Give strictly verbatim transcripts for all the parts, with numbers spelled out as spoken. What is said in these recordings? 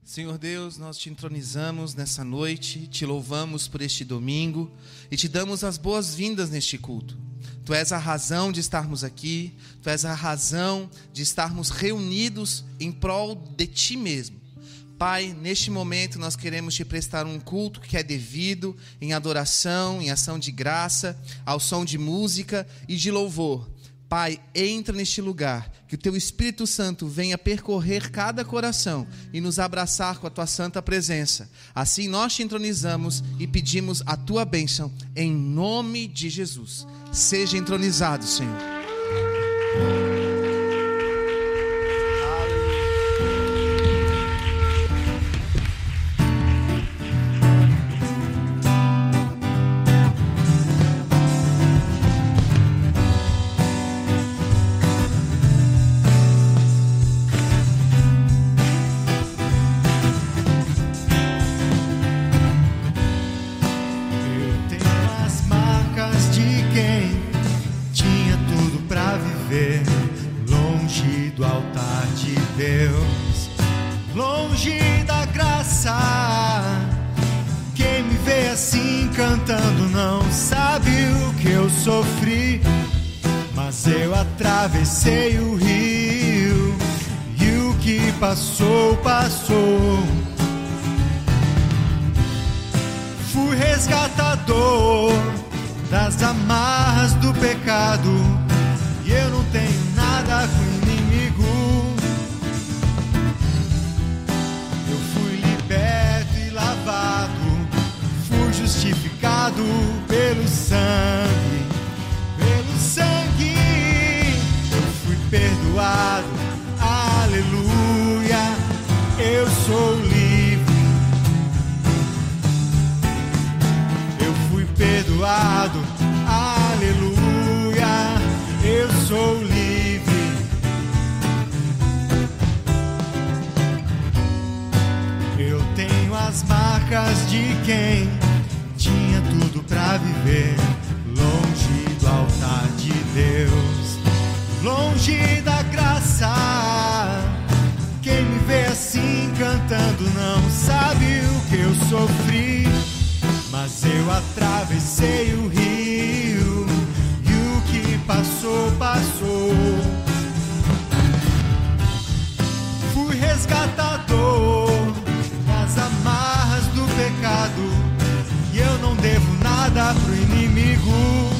Senhor Deus, nós te entronizamos nessa noite, te louvamos por este domingo e te damos as boas-vindas neste culto. Tu és a razão de estarmos aqui, Tu és a razão de estarmos reunidos em prol de Ti mesmo. Pai, neste momento nós queremos te prestar um culto que é devido, em adoração, em ação de graça, ao som de música e de louvor. Pai, entra neste lugar, que o Teu Espírito Santo venha percorrer cada coração e nos abraçar com a Tua santa presença. Assim nós te entronizamos e pedimos a Tua bênção, em nome de Jesus. Seja entronizado, Senhor. Atravessei o rio e o que passou, passou. Fui resgatador das amarras do pecado e eu não tenho nada com o inimigo. Eu fui liberto e lavado, fui justificado pelo sangue, pelo sangue. Perdoado, aleluia, eu sou livre. Eu fui perdoado, aleluia, eu sou livre. Eu tenho as marcas de quem tinha tudo pra viver longe do altar de Deus. Longe da graça, quem me vê assim cantando não sabe o que eu sofri. Mas eu atravessei o rio e o que passou, passou. Fui resgatador das amarras do pecado e eu não devo nada pro inimigo.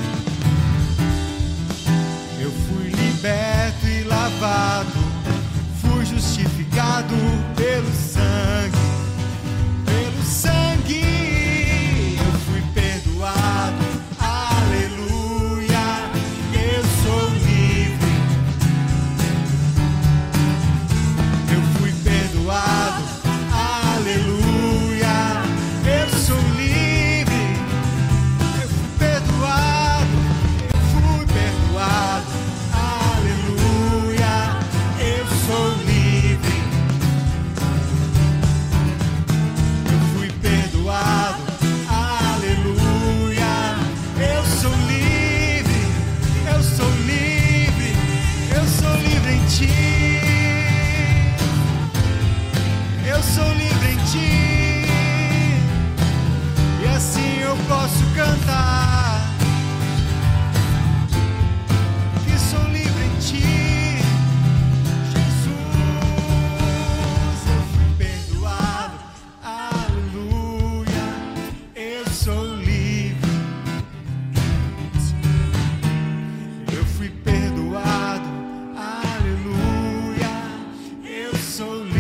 Liberto e lavado, fui justificado pelo sangue, pelo sangue. Eu fui perdoado, aleluia, eu sou livre. Eu fui perdoado, aleluia, eu sou livre. Eu fui perdoado, eu fui perdoado. Eu sou livre em Ti, e assim eu posso cantar que sou livre em Ti, Jesus. Eu fui perdoado, aleluia, eu sou livre. Eu fui perdoado, aleluia, eu sou livre.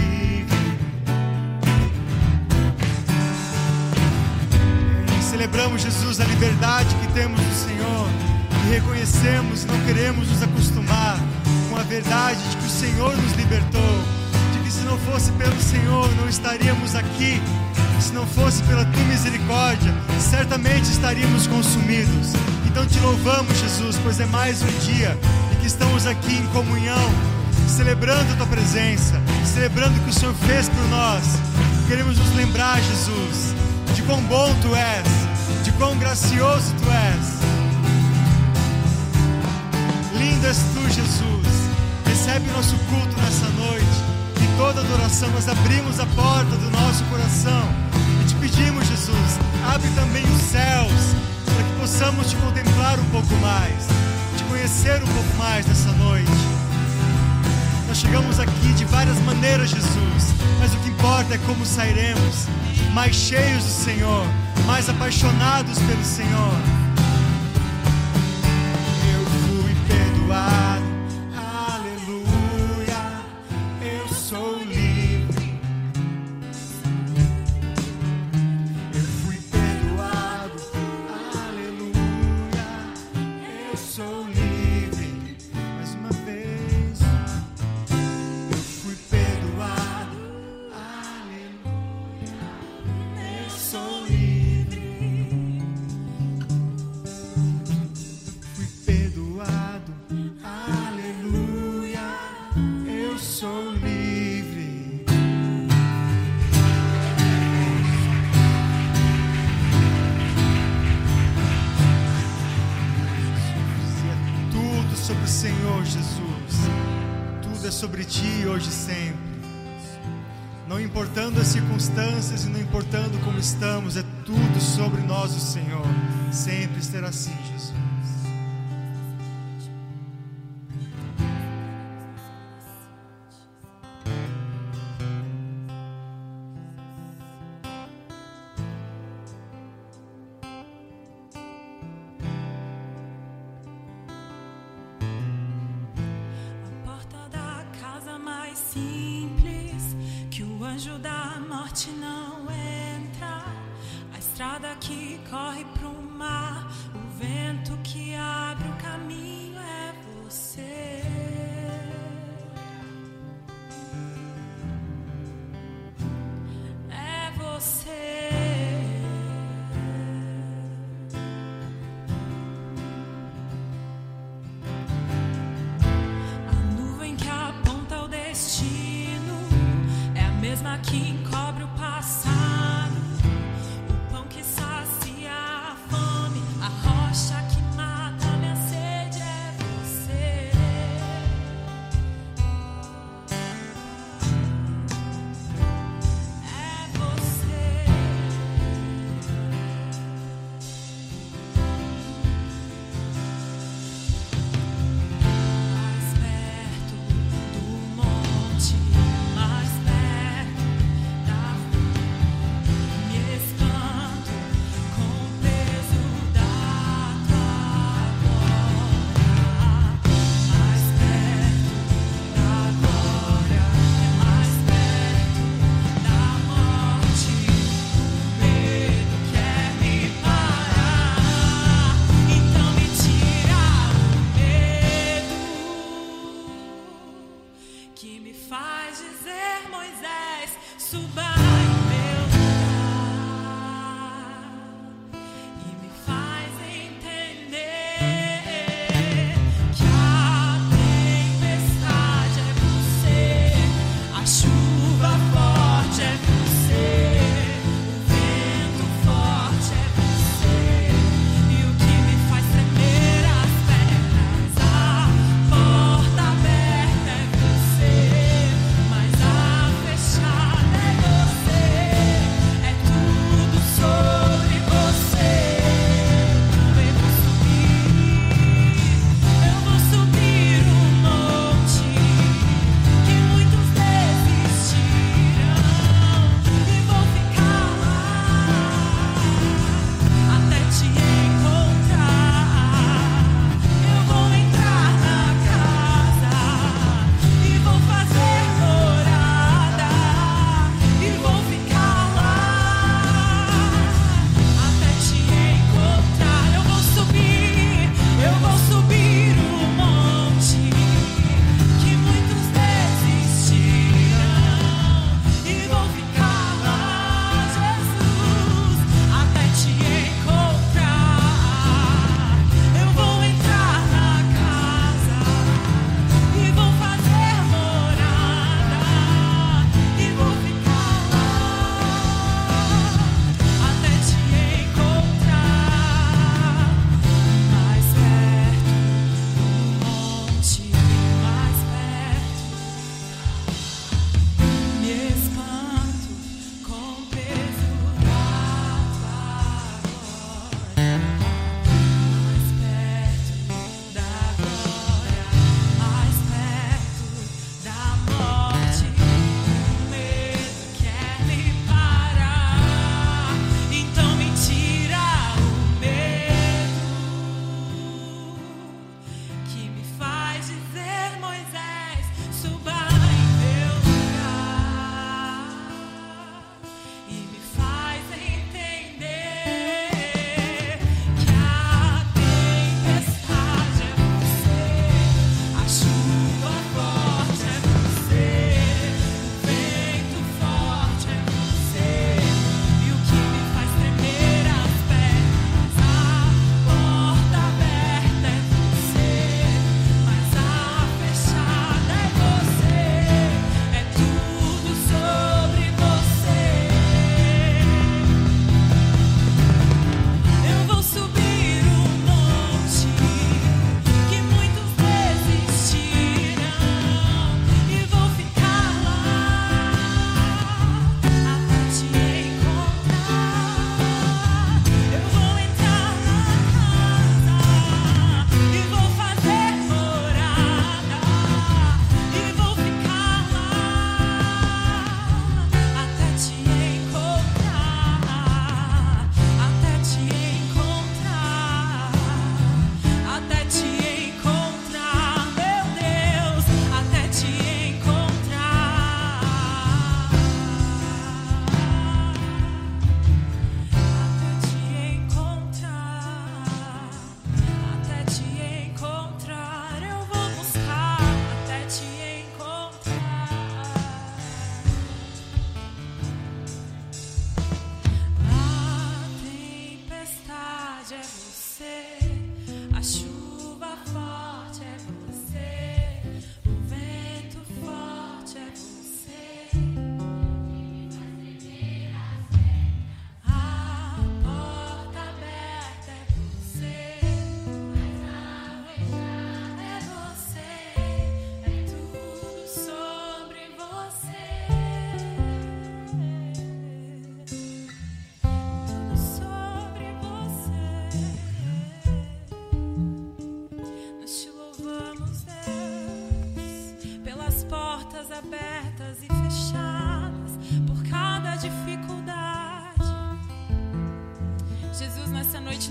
Celebramos, Jesus, a liberdade que temos do Senhor e reconhecemos e não queremos nos acostumar com a verdade de que o Senhor nos libertou, de que se não fosse pelo Senhor não estaríamos aqui, se não fosse pela Tua misericórdia certamente estaríamos consumidos. Então te louvamos, Jesus, pois é mais um dia e que estamos aqui em comunhão, celebrando a Tua presença, celebrando o que o Senhor fez por nós. Queremos nos lembrar, Jesus, de quão bom Tu és, de quão gracioso Tu és. Lindo és Tu, Jesus. Recebe o nosso culto nessa noite e toda adoração, nós abrimos a porta do nosso coração e te pedimos, Jesus, abre também os céus, para que possamos te contemplar um pouco mais, te conhecer um pouco mais nessa noite. Nós chegamos aqui de várias maneiras, Jesus, mas o que importa é como sairemos, mais cheios do Senhor, mais apaixonados pelo Senhor. Eu fui perdoado, aleluia, eu sou livre. Eu fui perdoado, aleluia, eu sou livre. Mais uma vez. Eu fui perdoado, aleluia, eu sou livre. Fui perdoado, aleluia, eu sou livre. Se é tudo sobre o Senhor Jesus, tudo é sobre ti hoje e sempre. Não importando as circunstâncias e não importando como estamos, é tudo sobre nós o Senhor. Sempre será assim, Jesus. A porta da casa mais simples, que o anjo da morte não entra. A estrada que corre pro mar, o vento que abre o caminho é você. É você. A nuvem que aponta o destino é a mesma que encobre o passado. O pão que sacia a fome, a rocha que mata a minha sede é você. É você. Mais perto do monte, mais perto da me espanto com o peso da tua glória. Mais perto da glória, é mais perto da morte. O medo quer me parar, então me tira o medo que me faz dizer: Moisés, suba em meu lugar, e me faz entender que a tempestade é você, a chuva forte é você, o vento forte é você, e o que me faz tremer as pernas, a porta aberta é você, mas a fechada é você.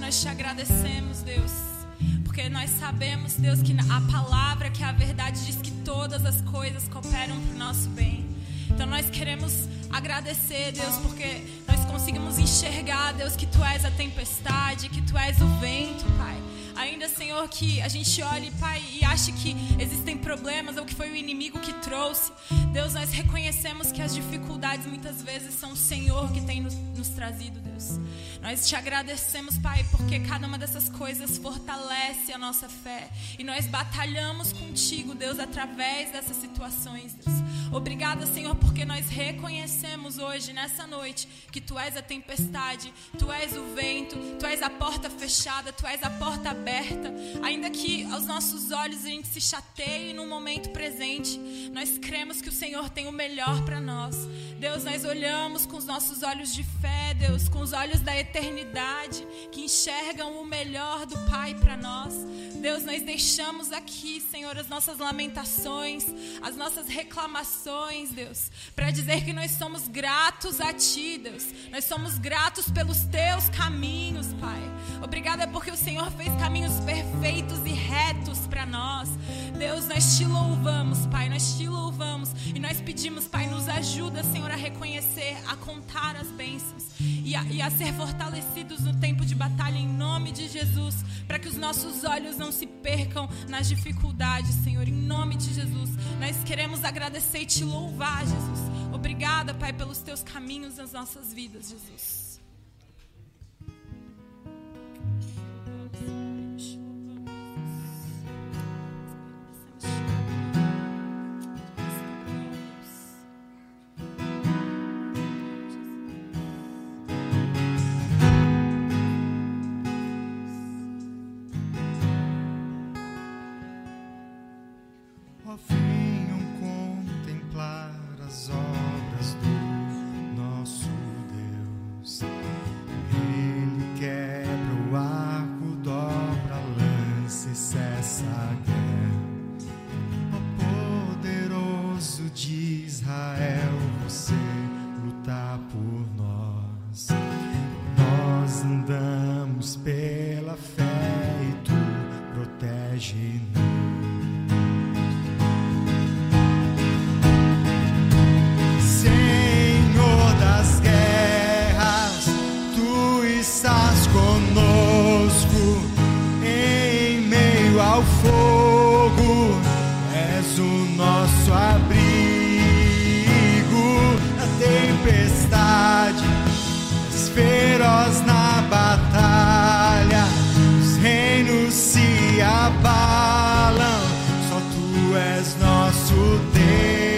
nós te agradecemos, Deus, porque nós sabemos, Deus, que a palavra, que a verdade diz que todas as coisas cooperam para o nosso bem. Então nós queremos agradecer, Deus, porque nós conseguimos enxergar, Deus, que Tu és a tempestade, que Tu és o vento, Pai. Ainda, Senhor, que a gente olhe, Pai, e ache que existem problemas ou que foi o inimigo que trouxe. Deus, nós reconhecemos que as dificuldades muitas vezes são o Senhor que tem nos, nos trazido, Deus. Nós te agradecemos, Pai, porque cada uma dessas coisas fortalece a nossa fé. E nós batalhamos contigo, Deus, através dessas situações, Deus. Obrigada, Senhor, porque nós reconhecemos hoje, nessa noite, que Tu és a tempestade, Tu és o vento, Tu és a porta fechada, Tu és a porta aberta. Ainda que aos nossos olhos a gente se chateie no momento presente, nós cremos que o Senhor tem o melhor para nós. Deus, nós olhamos com os nossos olhos de fé, Deus, com os olhos da eternidade, que enxergam o melhor do Pai para nós. Deus, nós deixamos aqui, Senhor, as nossas lamentações, as nossas reclamações, Deus, para dizer que nós somos gratos a Ti, Deus. Nós somos gratos pelos Teus caminhos, Pai. Obrigada porque o Senhor fez caminhos perfeitos e retos para nós. Deus, nós Te louvamos, Pai, nós Te louvamos e nós pedimos, Pai, nos ajuda, Senhor, a reconhecer, a contar as bênçãos e a, e a ser fortalecidos no tempo de batalha em nome de Jesus, para que os nossos olhos não se percam nas dificuldades, Senhor, em nome de Jesus. Nós queremos agradecer e Te louvar, Jesus. Obrigada, Pai, pelos Teus caminhos nas nossas vidas, Jesus. Venham contemplar as obras do nosso Deus. Ele quebra o arco, dobra a lança e cessa a guerra. Ó poderoso de Israel, você luta por nós. Nós andamos pela fé e Tu protege-nos. Ao fogo, és o nosso abrigo na tempestade, és feroz na batalha, os reinos se abalam, só Tu és nosso Deus.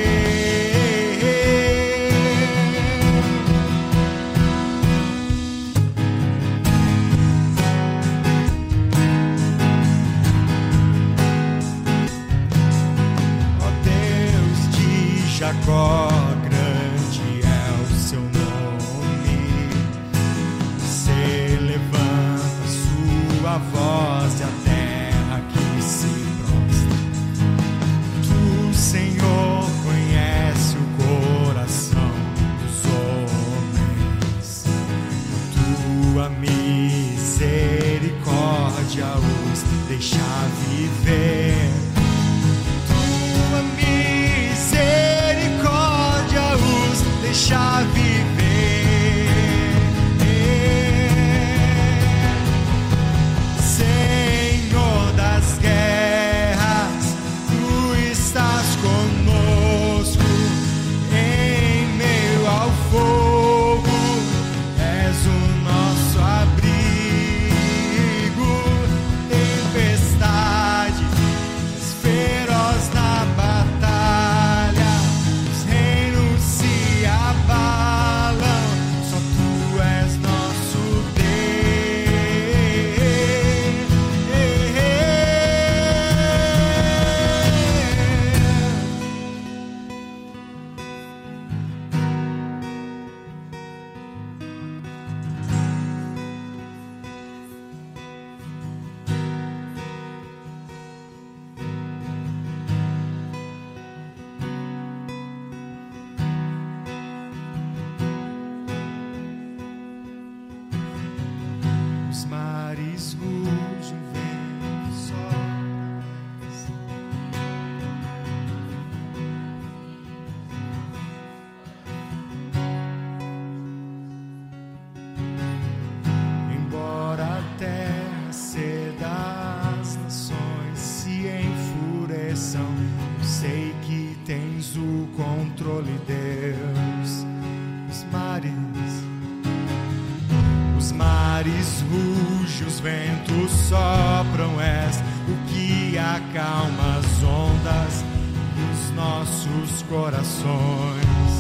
Jacó, grande é o Seu nome. Você levanta Sua voz e a terra que se prostra. Tu, Senhor, conhece o coração dos homens. Tua misericórdia os deixa viver. Tua misericórdia deixa viver. Senhor das guerras, Tu estás conosco em meio ao fogo, és o nosso abrigo, tempestade, és feroz na batalha, os reinos se abalam, só Tu és nosso Deus. Os mares mares ruge o vento sopra. Embora a terra ceda, as nações se enfureçam, eu sei que tens o controle, Deus. Os mares Os mares rugem, os ventos sopram, és o que acalma as ondas e os nossos corações.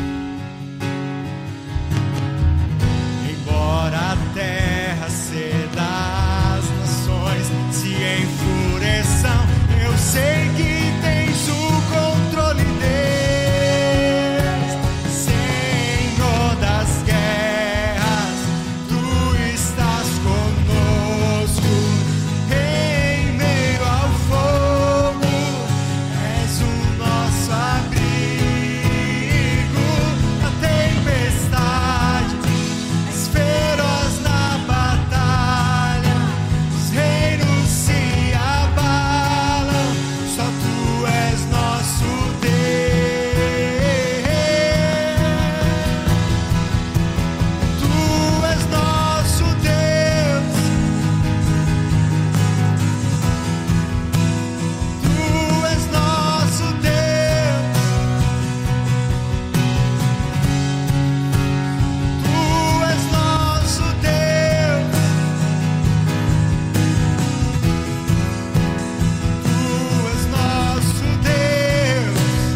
Embora a terra ceda, as nações se enfureçam, eu sei que tens o controle, Deus, Senhor das guerras. Tu estás conosco em meio ao fogo, és o nosso abrigo na tempestade, és feroz na batalha, os reinos se abalam, só tu és nosso Deus. Tu és nosso Deus. Tu és nosso Deus. Tu és nosso Deus. Tu és nosso Deus.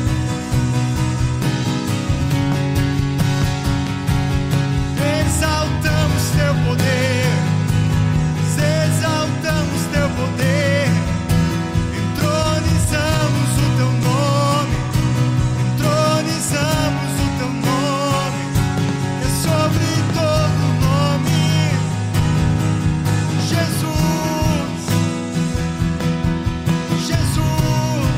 Exaltamos teu poder, exaltamos teu poder, entronizamos o teu nome, entronizamos o teu nome, é sobre todo nome, Jesus, Jesus.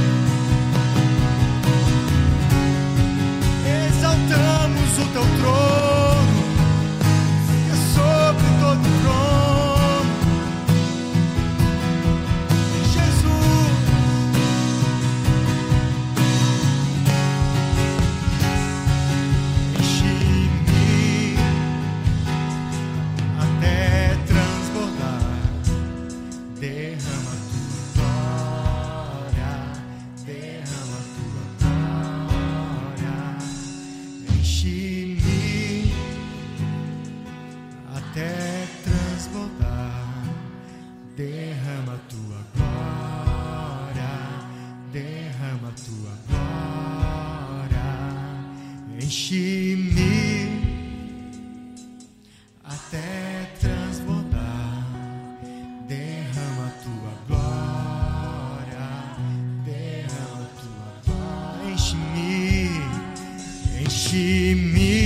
Exaltamos o teu trono, é sobre todo trono, Jesus. Enche-me até transbordar, derrama tua glória, derrama tua glória. Enche-me até transbordar, derrama tua glória, derrama tua glória. Enche-me até transbordar, derrama tua glória, derrama tua glória. Enche-me, enche-me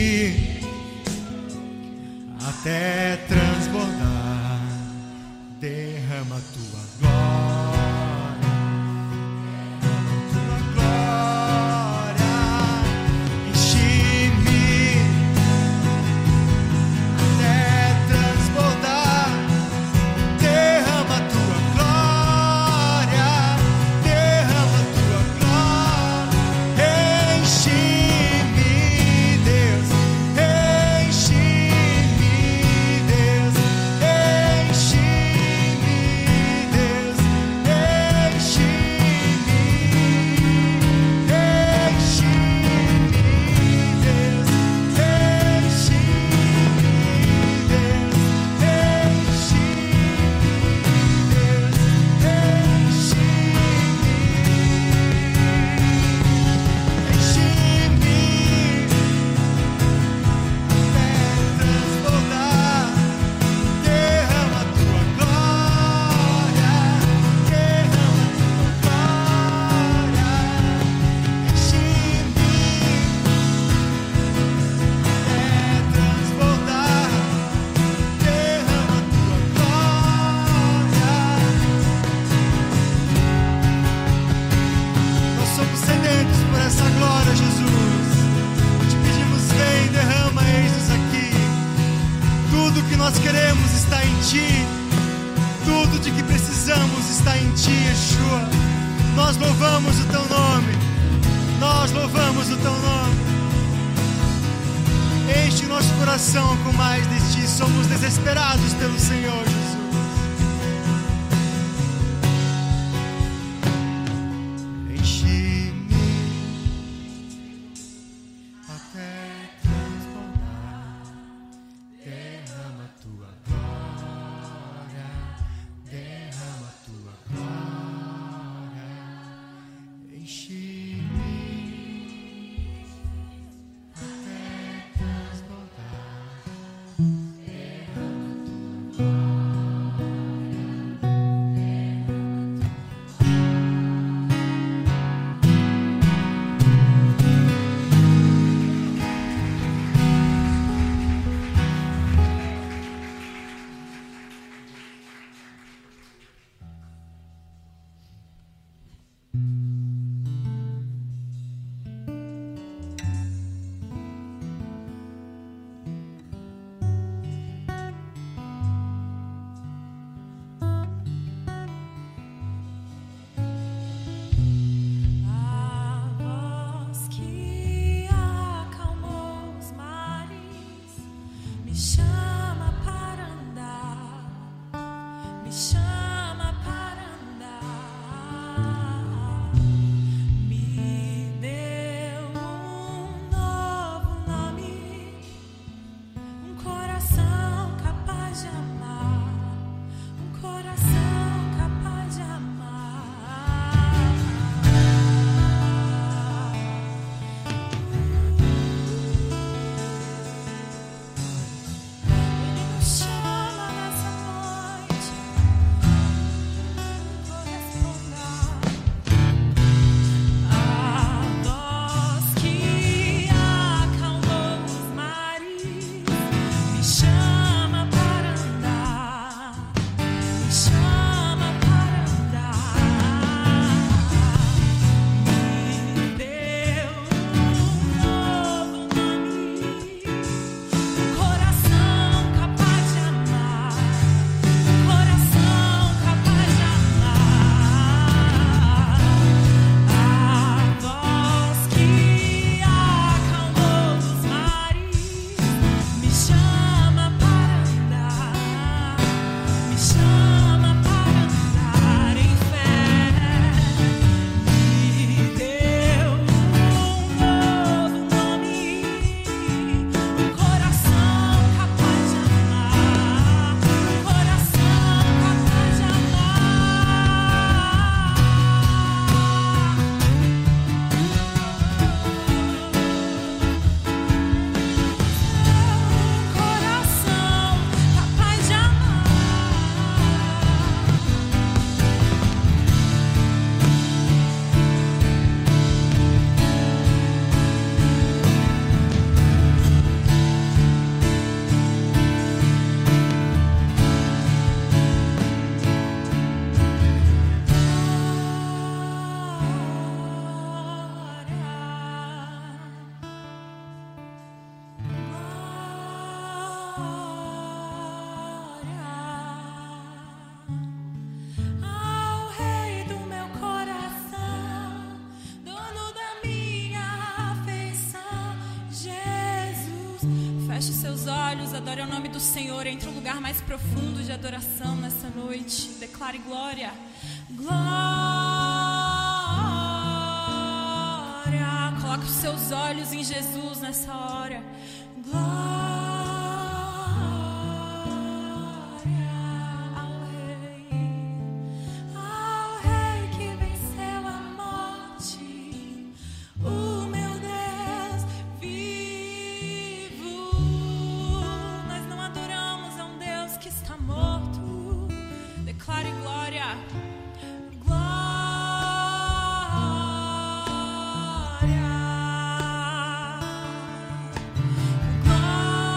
até transbordar, derrama tua glória, tua glória. Enche-me até transbordar, derrama tua glória, derrama tua glória. Enche-me, Deus, enche-me, Deus, enche-me, Deus, nós queremos estar em Ti. Tudo de que precisamos está em Ti, Yeshua. Nós louvamos o Teu nome. Nós louvamos o Teu nome. Enche o nosso coração com mais de Ti. Somos desesperados pelo Senhor, Jesus. Adore o nome do Senhor. Entre o lugar mais profundo de adoração nessa noite. Declare glória. Glória. Coloque os seus olhos em Jesus nessa hora. Glória ao Rei, ao Rei que venceu a morte. O meu Deus vivo. Nós não adoramos a um Deus que está morto. Declare glória. Glória.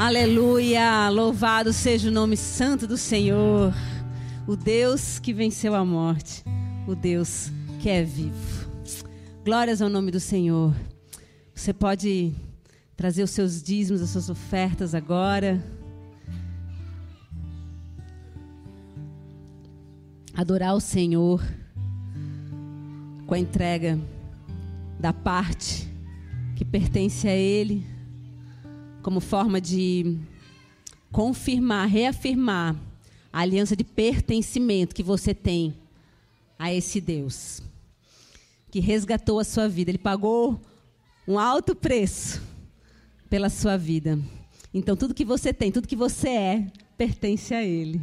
Aleluia! Louvado seja o nome santo do Senhor, o Deus que venceu a morte, o Deus que é vivo. Glórias ao nome do Senhor. Você pode trazer os seus dízimos, as suas ofertas agora. Adorar o Senhor com a entrega da parte que pertence a Ele, como forma de confirmar, reafirmar a aliança de pertencimento que você tem a esse Deus, que resgatou a sua vida. Ele pagou um alto preço pela sua vida. Então, tudo que você tem, tudo que você é, pertence a Ele.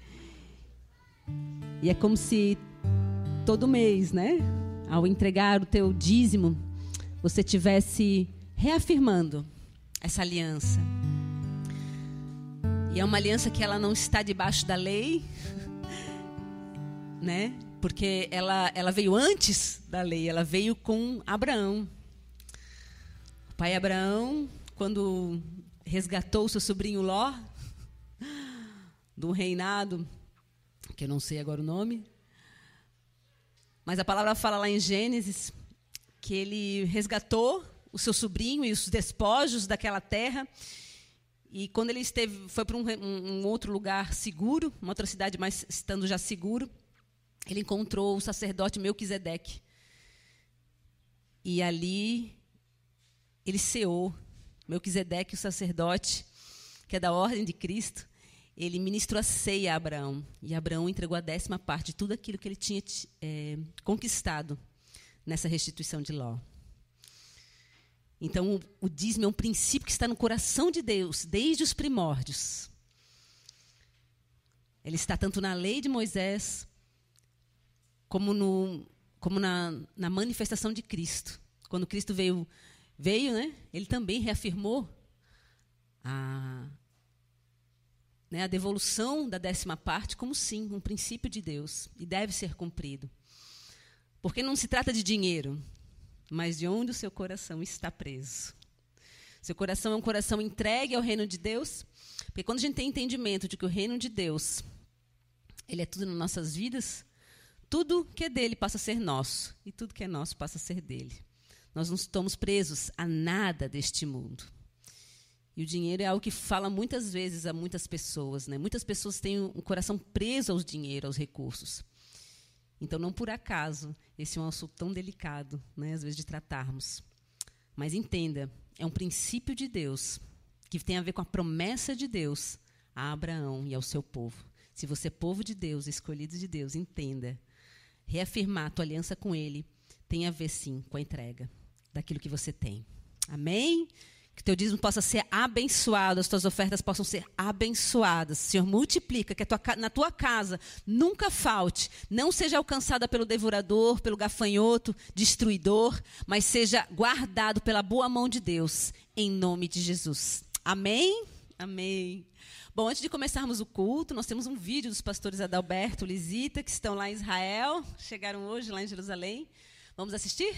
E é como se todo mês, né, ao entregar o teu dízimo, você estivesse reafirmando essa aliança. E é uma aliança que ela não está debaixo da lei, né? Porque ela, ela veio antes da lei, ela veio com Abraão. O pai Abraão, quando resgatou o seu sobrinho Ló, do reinado, que eu não sei agora o nome, mas a palavra fala lá em Gênesis que ele resgatou o seu sobrinho e os despojos daquela terra. E quando ele esteve, foi para um, um, um outro lugar seguro, uma outra cidade, mas estando já seguro, ele encontrou o sacerdote Melquisedeque. E ali ele ceou. Melquisedeque, o sacerdote, que é da ordem de Cristo, ele ministrou a ceia a Abraão. E Abraão entregou a décima parte de tudo aquilo que ele tinha é, conquistado nessa restituição de Ló. Então, o, o dízimo é um princípio que está no coração de Deus, desde os primórdios. Ele está tanto na lei de Moisés, como, no, como na, na manifestação de Cristo. Quando Cristo veio, veio, né, ele também reafirmou a, né, a devolução da décima parte como, sim, um princípio de Deus, e deve ser cumprido. Porque não se trata de dinheiro, mas de onde o seu coração está preso. Seu coração é um coração entregue ao reino de Deus, porque quando a gente tem entendimento de que o reino de Deus, ele é tudo nas nossas vidas, tudo que é dele passa a ser nosso, e tudo que é nosso passa a ser dele. Nós não estamos presos a nada deste mundo. E o dinheiro é algo que fala muitas vezes a muitas pessoas, né? Muitas pessoas têm um coração preso ao dinheiro, aos recursos. Então, não por acaso, esse é um assunto tão delicado, né, às vezes, de tratarmos. Mas entenda, é um princípio de Deus, que tem a ver com a promessa de Deus a Abraão e ao seu povo. Se você é povo de Deus, escolhido de Deus, entenda. Reafirmar a tua aliança com Ele tem a ver, sim, com a entrega daquilo que você tem. Amém? Que o teu dízimo possa ser abençoado, as tuas ofertas possam ser abençoadas. Senhor, multiplica, que a tua, na tua casa nunca falte, não seja alcançada pelo devorador, pelo gafanhoto, destruidor, mas seja guardado pela boa mão de Deus, em nome de Jesus. Amém? Amém. Bom, antes de começarmos o culto, nós temos um vídeo dos pastores Adalberto e Lisita, que estão lá em Israel, chegaram hoje lá em Jerusalém. Vamos assistir?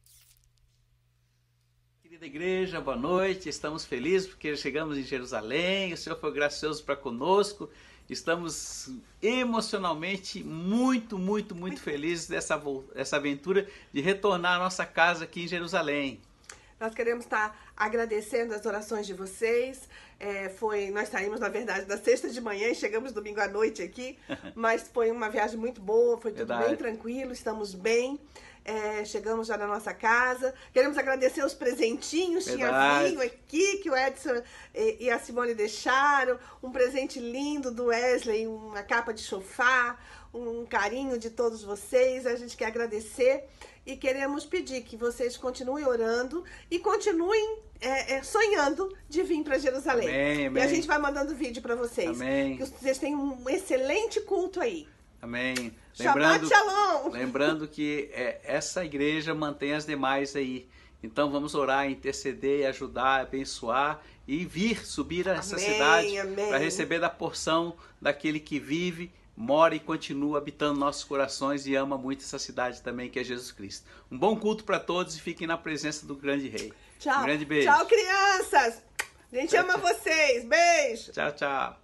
Querida igreja, boa noite. Estamos felizes porque chegamos em Jerusalém. O Senhor foi gracioso para conosco. Estamos emocionalmente muito, muito, muito felizes dessa, dessa aventura de retornar à nossa casa aqui em Jerusalém. Nós queremos estar agradecendo as orações de vocês. É, foi, nós saímos, na verdade, na sexta de manhã e chegamos domingo à noite aqui. Mas foi uma viagem muito boa, foi tudo verdade. Bem tranquilo, estamos bem. É, chegamos já na nossa casa. Queremos agradecer os presentinhos. Verdade. Tinha vinho aqui que o Edson e, e a Simone deixaram. Um presente lindo do Wesley, uma capa de sofá, um carinho de todos vocês. A gente quer agradecer e queremos pedir que vocês continuem orando e continuem é, é, sonhando de vir para Jerusalém. Amém, amém. E a gente vai mandando vídeo para vocês. Amém. Que vocês tenham um excelente culto aí. Amém. Lembrando, Shabbat Shalom. Lembrando que é, essa igreja mantém as demais aí. Então vamos orar, interceder, ajudar, abençoar e vir, subir a essa amém, cidade para receber da porção daquele que vive, mora e continua habitando nossos corações e ama muito essa cidade também, que é Jesus Cristo. Um bom culto para todos e fiquem na presença do grande Rei. Tchau. Um grande beijo. Tchau, crianças. A gente ama vocês. Beijo. Tchau, tchau.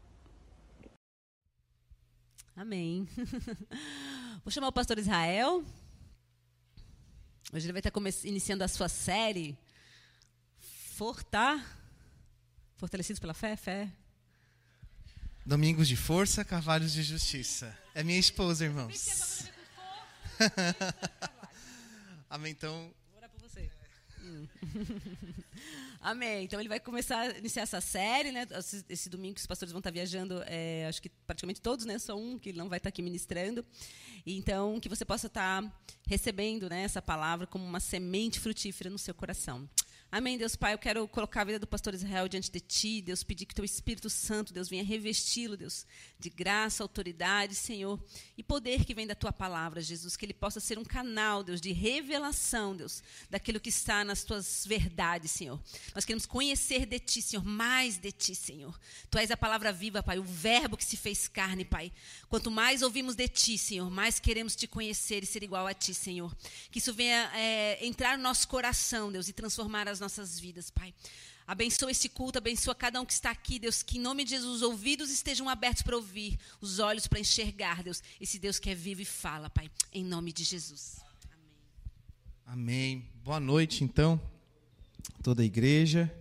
Amém. Vou chamar o pastor Israel. Hoje ele vai estar iniciando a sua série Fortar... Fortalecidos pela fé? Fé. Domingos de força, cavalos de justiça. É minha esposa, irmãos. Amém, então... Vou orar por você. Hum. Amém. Então ele vai começar a iniciar essa série, né? Esse, esse domingo que os pastores vão estar viajando, é, acho que praticamente todos, né? Só um que não vai estar aqui ministrando. E então que você possa estar recebendo, né, essa palavra como uma semente frutífera no seu coração. Amém, Deus Pai, eu quero colocar a vida do pastor Israel diante de Ti, Deus, pedir que Teu Espírito Santo, Deus, venha revesti-lo, Deus, de graça, autoridade, Senhor, e poder que vem da Tua palavra, Jesus, que ele possa ser um canal, Deus, de revelação, Deus, daquilo que está nas Tuas verdades, Senhor. Nós queremos conhecer de Ti, Senhor, mais de Ti, Senhor. Tu és a palavra viva, Pai, o verbo que se fez carne, Pai. Quanto mais ouvimos de Ti, Senhor, mais queremos Te conhecer e ser igual a Ti, Senhor. Que isso venha é, entrar no nosso coração, Deus, e transformar as nossas vidas, Pai. Abençoa esse culto, abençoa cada um que está aqui, Deus, que em nome de Jesus os ouvidos estejam abertos para ouvir, os olhos para enxergar, Deus, esse Deus que é vivo e fala, Pai, em nome de Jesus. Amém. Amém. Boa noite, então, toda a igreja.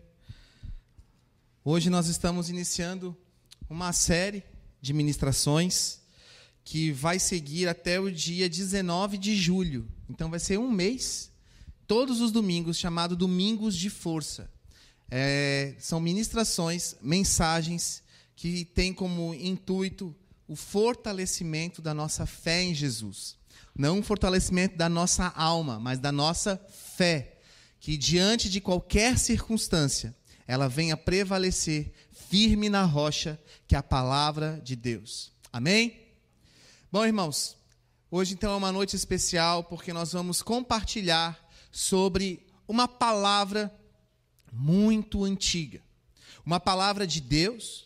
Hoje nós estamos iniciando uma série de ministrações que vai seguir até o dia dezenove de julho. Então vai ser um mês, todos os domingos, chamado Domingos de Força. É, são ministrações, mensagens que têm como intuito o fortalecimento da nossa fé em Jesus. Não o fortalecimento da nossa alma, mas da nossa fé. Que diante de qualquer circunstância, ela venha prevalecer firme na rocha, que é a palavra de Deus. Amém? Bom, irmãos, hoje então é uma noite especial, porque nós vamos compartilhar sobre uma palavra muito antiga. Uma palavra de Deus,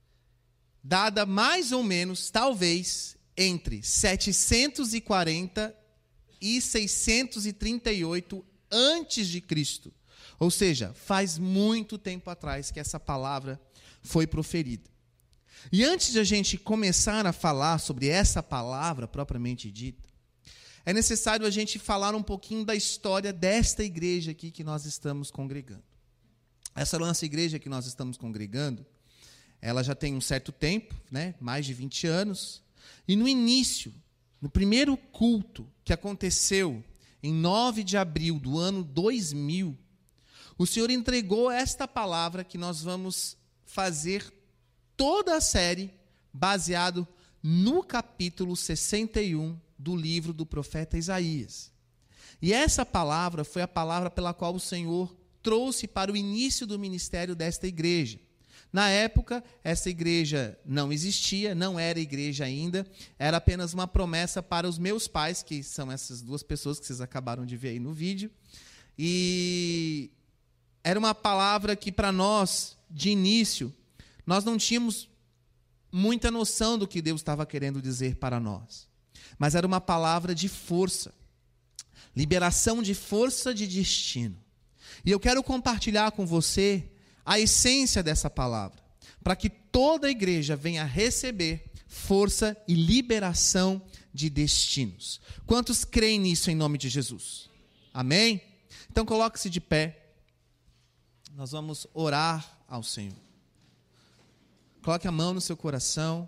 dada mais ou menos, talvez, entre setecentos e quarenta e seiscentos e trinta e oito antes de Cristo. Ou seja, faz muito tempo atrás que essa palavra foi proferida. E antes de a gente começar a falar sobre essa palavra propriamente dita, é necessário a gente falar um pouquinho da história desta igreja aqui que nós estamos congregando. Essa nossa igreja que nós estamos congregando, ela já tem um certo tempo, né, mais de vinte anos, e no início, no primeiro culto que aconteceu em nove de abril do ano dois mil, o Senhor entregou esta palavra que nós vamos fazer toda a série baseado no capítulo sessenta e um do livro do profeta Isaías. E essa palavra foi a palavra pela qual o Senhor trouxe para o início do ministério desta igreja. Na época, essa igreja não existia, não era igreja ainda, era apenas uma promessa para os meus pais, que são essas duas pessoas que vocês acabaram de ver aí no vídeo. E era uma palavra que para nós, de início, nós não tínhamos muita noção do que Deus estava querendo dizer para nós. Mas era uma palavra de força. Liberação de força de destino. E eu quero compartilhar com você a essência dessa palavra, para que toda a igreja venha receber força e liberação de destinos. Quantos creem nisso em nome de Jesus? Amém? Então coloque-se de pé. Nós vamos orar ao Senhor. Coloque a mão no seu coração.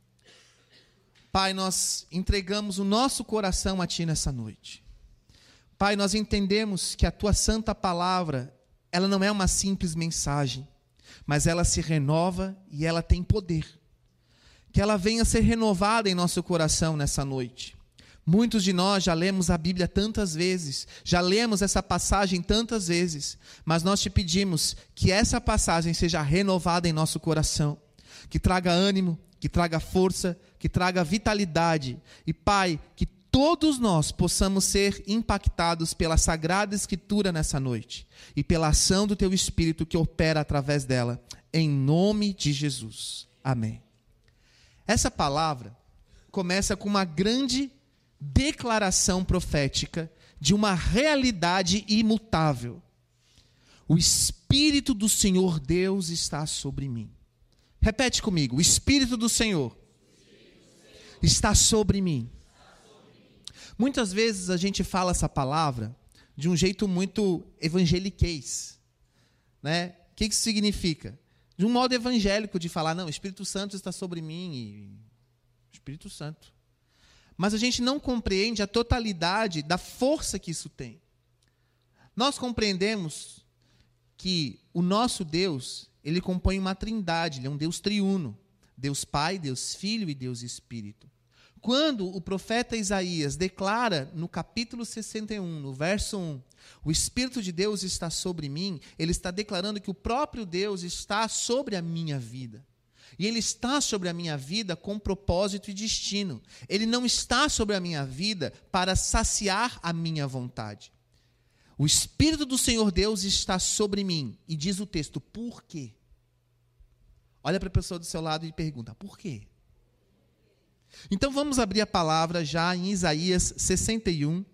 Pai, nós entregamos o nosso coração a Ti nessa noite. Pai, nós entendemos que a Tua santa palavra, ela não é uma simples mensagem, mas ela se renova e ela tem poder. Que ela venha ser renovada em nosso coração nessa noite. Muitos de nós já lemos a Bíblia tantas vezes, já lemos essa passagem tantas vezes, mas nós Te pedimos que essa passagem seja renovada em nosso coração, que traga ânimo, que traga força, que traga vitalidade. E, Pai, que todos nós possamos ser impactados pela Sagrada Escritura nessa noite e pela ação do Teu Espírito que opera através dela, em nome de Jesus. Amém. Essa palavra começa com uma grande declaração profética de uma realidade imutável. O Espírito do Senhor Deus está sobre mim. Repete comigo. O Espírito do Senhor está sobre mim. Muitas vezes a gente fala essa palavra de um jeito muito evangeliquez, né? O que isso significa? De um modo evangélico de falar, não, o Espírito Santo está sobre mim e o Espírito Santo. Mas a gente não compreende a totalidade da força que isso tem. Nós compreendemos que o nosso Deus, ele compõe uma trindade, ele é um Deus triuno. Deus Pai, Deus Filho e Deus Espírito. Quando o profeta Isaías declara no capítulo sessenta e um, no verso um, o Espírito de Deus está sobre mim, ele está declarando que o próprio Deus está sobre a minha vida. E ele está sobre a minha vida com propósito e destino. Ele não está sobre a minha vida para saciar a minha vontade. O Espírito do Senhor Deus está sobre mim. E diz o texto, por quê? Olha para a pessoa do seu lado e pergunta, por quê? Então vamos abrir a palavra já em Isaías sessenta e um.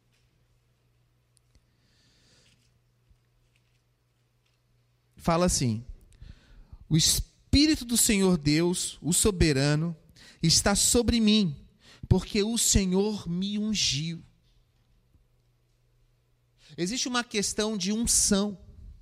Fala assim, o Espírito do Senhor Deus, o soberano, está sobre mim, porque o Senhor me ungiu. Existe uma questão de unção.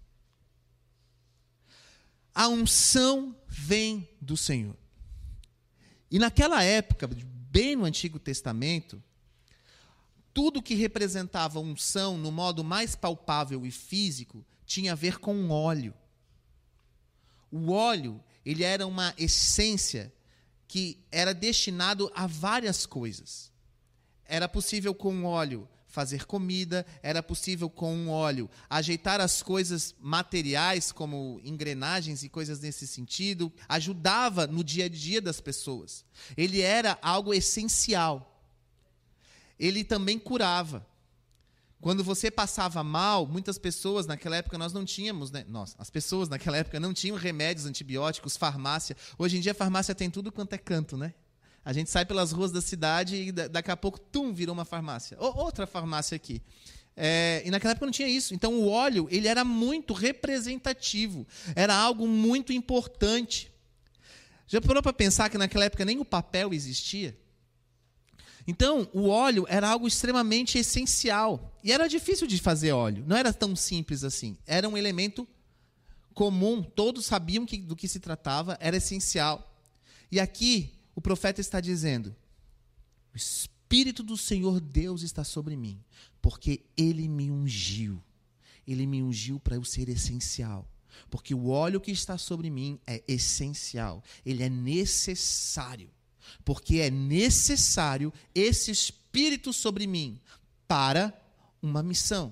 A unção vem do Senhor. E naquela época, bem no Antigo Testamento, tudo que representava unção no modo mais palpável e físico tinha a ver com óleo. O óleo, ele era uma essência que era destinado a várias coisas. Era possível com óleo fazer comida, era possível com um óleo ajeitar as coisas materiais, como engrenagens e coisas nesse sentido, ajudava no dia a dia das pessoas. Ele era algo essencial. Ele também curava. Quando você passava mal, muitas pessoas naquela época nós não tínhamos, né? Nós, as pessoas naquela época não tinham remédios, antibióticos, farmácia. Hoje em dia a farmácia tem tudo quanto é canto, né? A gente sai pelas ruas da cidade e daqui a pouco, tum, virou uma farmácia. Ou outra farmácia aqui. É, e naquela época não tinha isso. Então o óleo, ele era muito representativo. Era algo muito importante. Já parou para pensar que naquela época nem o papel existia? Então o óleo era algo extremamente essencial. E era difícil de fazer óleo. Não era tão simples assim. Era um elemento comum. Todos sabiam que, do que se tratava. Era essencial. E aqui o profeta está dizendo, o Espírito do Senhor Deus está sobre mim, porque Ele me ungiu. Ele me ungiu para eu ser essencial. Porque o óleo que está sobre mim é essencial. Ele é necessário. Porque é necessário esse Espírito sobre mim para uma missão.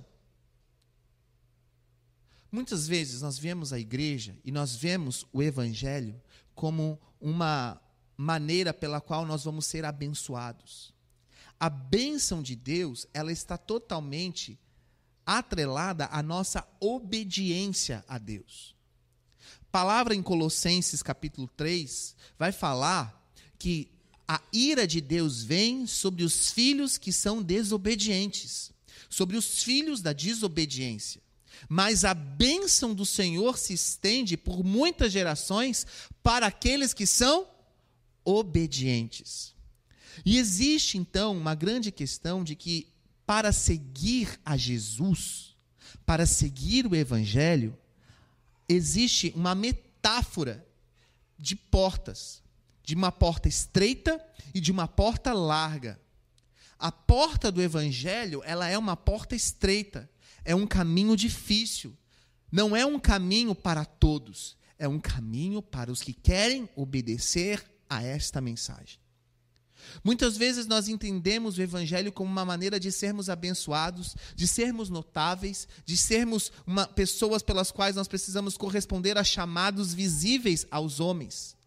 Muitas vezes nós vemos a igreja e nós vemos o Evangelho como uma maneira pela qual nós vamos ser abençoados. A bênção de Deus, ela está totalmente atrelada à nossa obediência a Deus. A palavra em Colossenses capítulo três vai falar que a ira de Deus vem sobre os filhos que são desobedientes, sobre os filhos da desobediência. Mas a bênção do Senhor se estende por muitas gerações para aqueles que são obedientes. E existe, então, uma grande questão de que, para seguir a Jesus, para seguir o Evangelho, existe uma metáfora de portas, de uma porta estreita e de uma porta larga. A porta do Evangelho, ela é uma porta estreita, é um caminho difícil, não é um caminho para todos, é um caminho para os que querem obedecer a esta mensagem. Muitas vezes nós entendemos o Evangelho como uma maneira de sermos abençoados, de sermos notáveis, de sermos uma, pessoas pelas quais nós precisamos corresponder a chamados visíveis aos homens.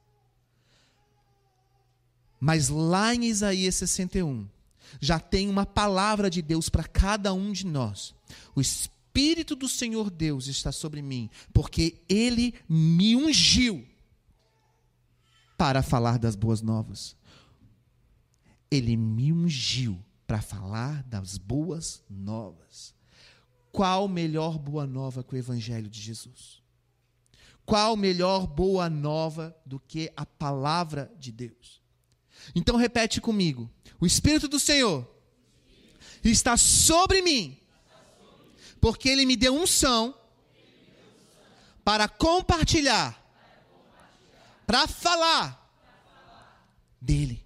Mas lá em Isaías sessenta e um, já tem uma palavra de Deus para cada um de nós. O Espírito do Senhor Deus está sobre mim, porque Ele me ungiu para falar das boas novas. Ele me ungiu para falar das boas novas. Qual melhor boa nova que o Evangelho de Jesus? Qual melhor boa nova do que a palavra de Deus? Então repete comigo. O Espírito do Senhor está sobre mim, porque Ele me deu unção para compartilhar, para falar dele,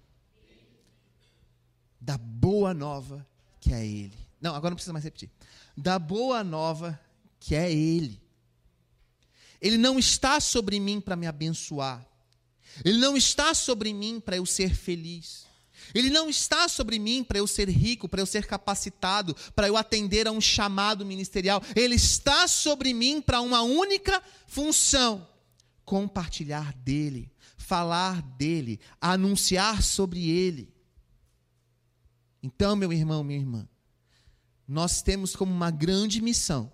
da boa nova que é Ele. Não, agora não precisa mais repetir. Da boa nova que é Ele. Ele não está sobre mim para me abençoar. Ele não está sobre mim para eu ser feliz. Ele não está sobre mim para eu ser rico, para eu ser capacitado, para eu atender a um chamado ministerial. Ele está sobre mim para uma única função: compartilhar dele, falar dele, anunciar sobre ele. Então, meu irmão, minha irmã, nós temos como uma grande missão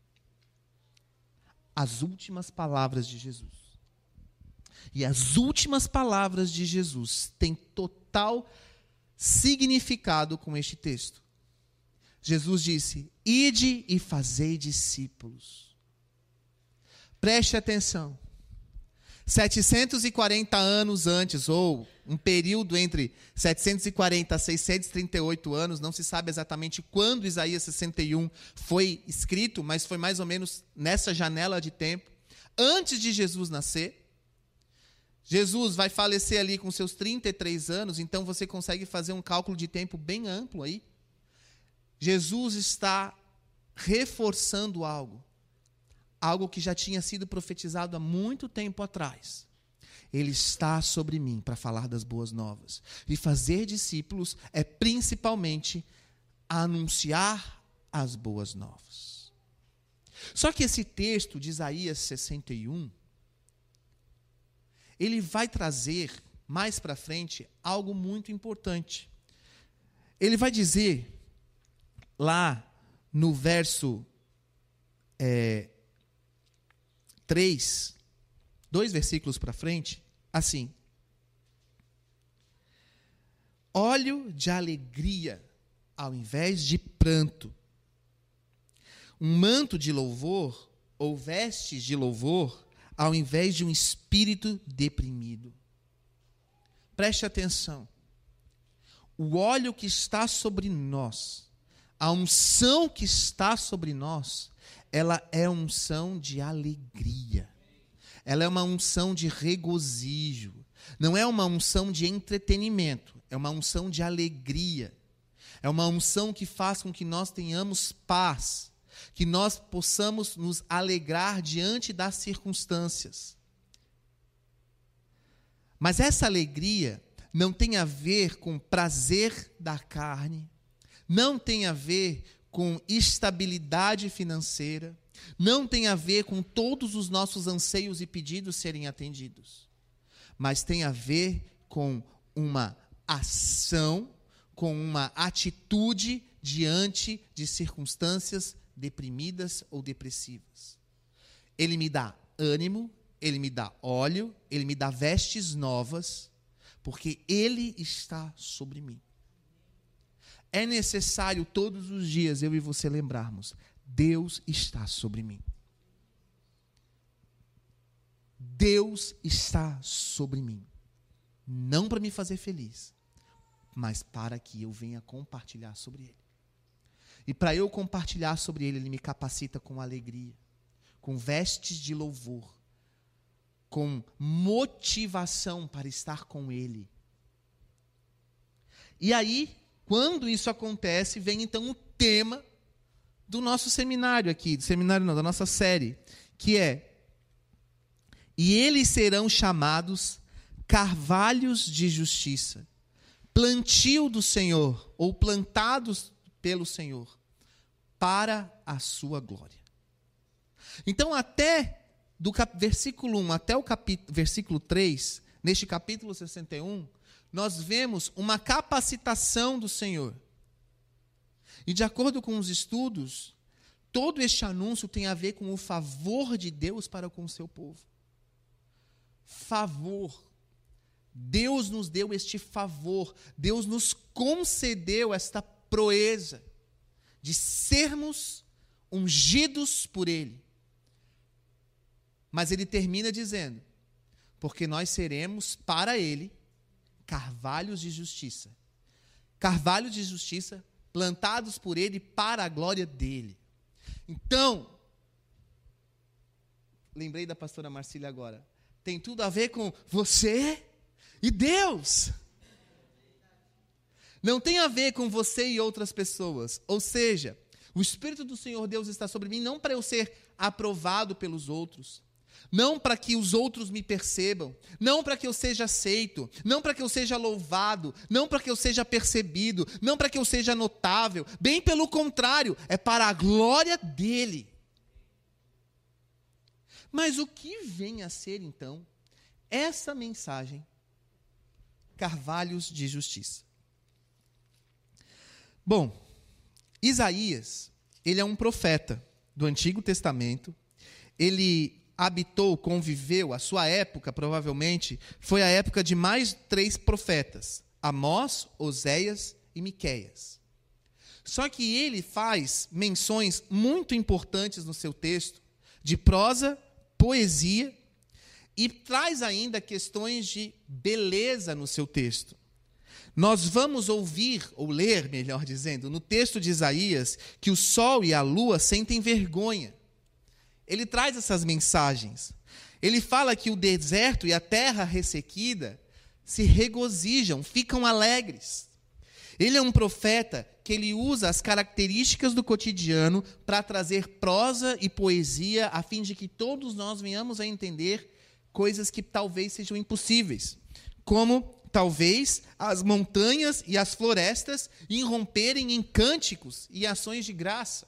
as últimas palavras de Jesus. E as últimas palavras de Jesus têm total significado com este texto. Jesus disse: ide e fazei discípulos. Preste atenção. setecentos e quarenta anos antes, ou um período entre setecentos e quarenta a seiscentos e trinta e oito anos, não se sabe exatamente quando Isaías sessenta e um foi escrito, mas foi mais ou menos nessa janela de tempo, antes de Jesus nascer. Jesus vai falecer ali com seus trinta e três anos, então você consegue fazer um cálculo de tempo bem amplo aí. Jesus está reforçando algo, algo que já tinha sido profetizado há muito tempo atrás. Ele está sobre mim para falar das boas novas. E fazer discípulos é principalmente anunciar as boas novas. Só que esse texto de Isaías sessenta e um, ele vai trazer, mais para frente, algo muito importante. Ele vai dizer, lá no verso é, três, dois versículos para frente, assim: óleo de alegria ao invés de pranto, um manto de louvor ou vestes de louvor ao invés de um espírito deprimido. Preste atenção. O óleo que está sobre nós, a unção que está sobre nós, ela é unção de alegria. Ela é uma unção de regozijo. Não é uma unção de entretenimento, é uma unção de alegria. É uma unção que faz com que nós tenhamos paz, que nós possamos nos alegrar diante das circunstâncias. Mas essa alegria não tem a ver com prazer da carne, não tem a ver com estabilidade financeira, não tem a ver com todos os nossos anseios e pedidos serem atendidos, mas tem a ver com uma ação, com uma atitude diante de circunstâncias deprimidas ou depressivas. Ele me dá ânimo, ele me dá óleo, ele me dá vestes novas, porque ele está sobre mim. É necessário todos os dias eu e você lembrarmos: Deus está sobre mim. Deus está sobre mim. Não para me fazer feliz, mas para que eu venha compartilhar sobre Ele. E para eu compartilhar sobre Ele, Ele me capacita com alegria, com vestes de louvor, com motivação para estar com Ele. E aí, quando isso acontece, vem então o tema do nosso seminário aqui, do seminário não, da nossa série, que é: e eles serão chamados carvalhos de justiça, plantio do Senhor, ou plantados pelo Senhor, para a sua glória. Então, até do cap- versículo um até o capítulo, versículo três, neste capítulo sessenta e um, nós vemos uma capacitação do Senhor. E de acordo com os estudos, todo este anúncio tem a ver com o favor de Deus para com o seu povo. Favor. Deus nos deu este favor. Deus nos concedeu esta proeza de sermos ungidos por Ele. Mas ele termina dizendo, porque nós seremos para Ele carvalhos de justiça. Carvalhos de justiça plantados por Ele para a glória dEle. Então, lembrei da pastora Marcília agora, tem tudo a ver com você e Deus. Não tem a ver com você e outras pessoas. Ou seja, o Espírito do Senhor Deus está sobre mim não para eu ser aprovado pelos outros, não para que os outros me percebam, não para que eu seja aceito, não para que eu seja louvado, não para que eu seja percebido, não para que eu seja notável. Bem pelo contrário, é para a glória dEle. Mas o que vem a ser, então, essa mensagem, carvalhos de justiça? Bom, Isaías, ele é um profeta do Antigo Testamento. Ele habitou, conviveu, a sua época, provavelmente, foi a época de mais três profetas, Amós, Oséias e Miqueias. Só que ele faz menções muito importantes no seu texto, de prosa, poesia, e traz ainda questões de beleza no seu texto. Nós vamos ouvir, ou ler, melhor dizendo, no texto de Isaías, que o sol e a lua sentem vergonha. Ele traz essas mensagens. Ele fala que o deserto e a terra ressequida se regozijam, ficam alegres. Ele é um profeta que ele usa as características do cotidiano para trazer prosa e poesia, a fim de que todos nós venhamos a entender coisas que talvez sejam impossíveis, como talvez as montanhas e as florestas irromperem em cânticos e ações de graça.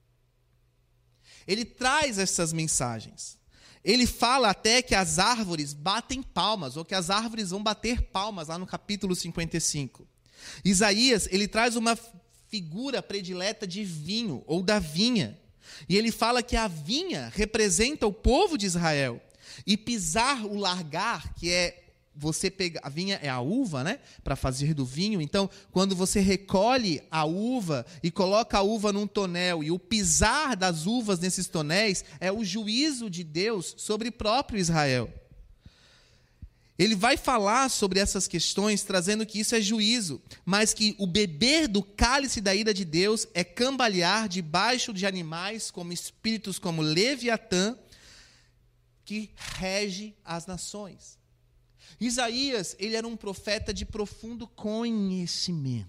Ele traz essas mensagens. Ele fala até que as árvores batem palmas, ou que as árvores vão bater palmas, lá no capítulo cinquenta e cinco. Isaías, ele traz uma figura predileta de vinho, ou da vinha. E ele fala que a vinha representa o povo de Israel. E pisar o largar, que é você pega, a vinha é a uva, né, para fazer do vinho. Então, quando você recolhe a uva e coloca a uva num tonel, e o pisar das uvas nesses tonéis é o juízo de Deus sobre o próprio Israel. Ele vai falar sobre essas questões, trazendo que isso é juízo, mas que o beber do cálice da ira de Deus é cambalear debaixo de animais, como espíritos como Leviatã, que rege as nações. Isaías, ele era um profeta de profundo conhecimento.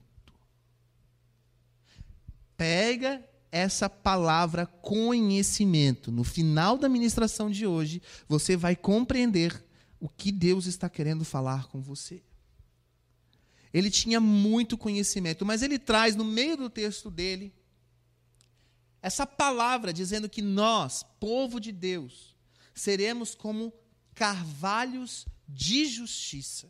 Pega essa palavra conhecimento. No final da ministração de hoje, você vai compreender o que Deus está querendo falar com você. Ele tinha muito conhecimento, mas ele traz no meio do texto dele essa palavra dizendo que nós, povo de Deus, seremos como carvalhos de justiça.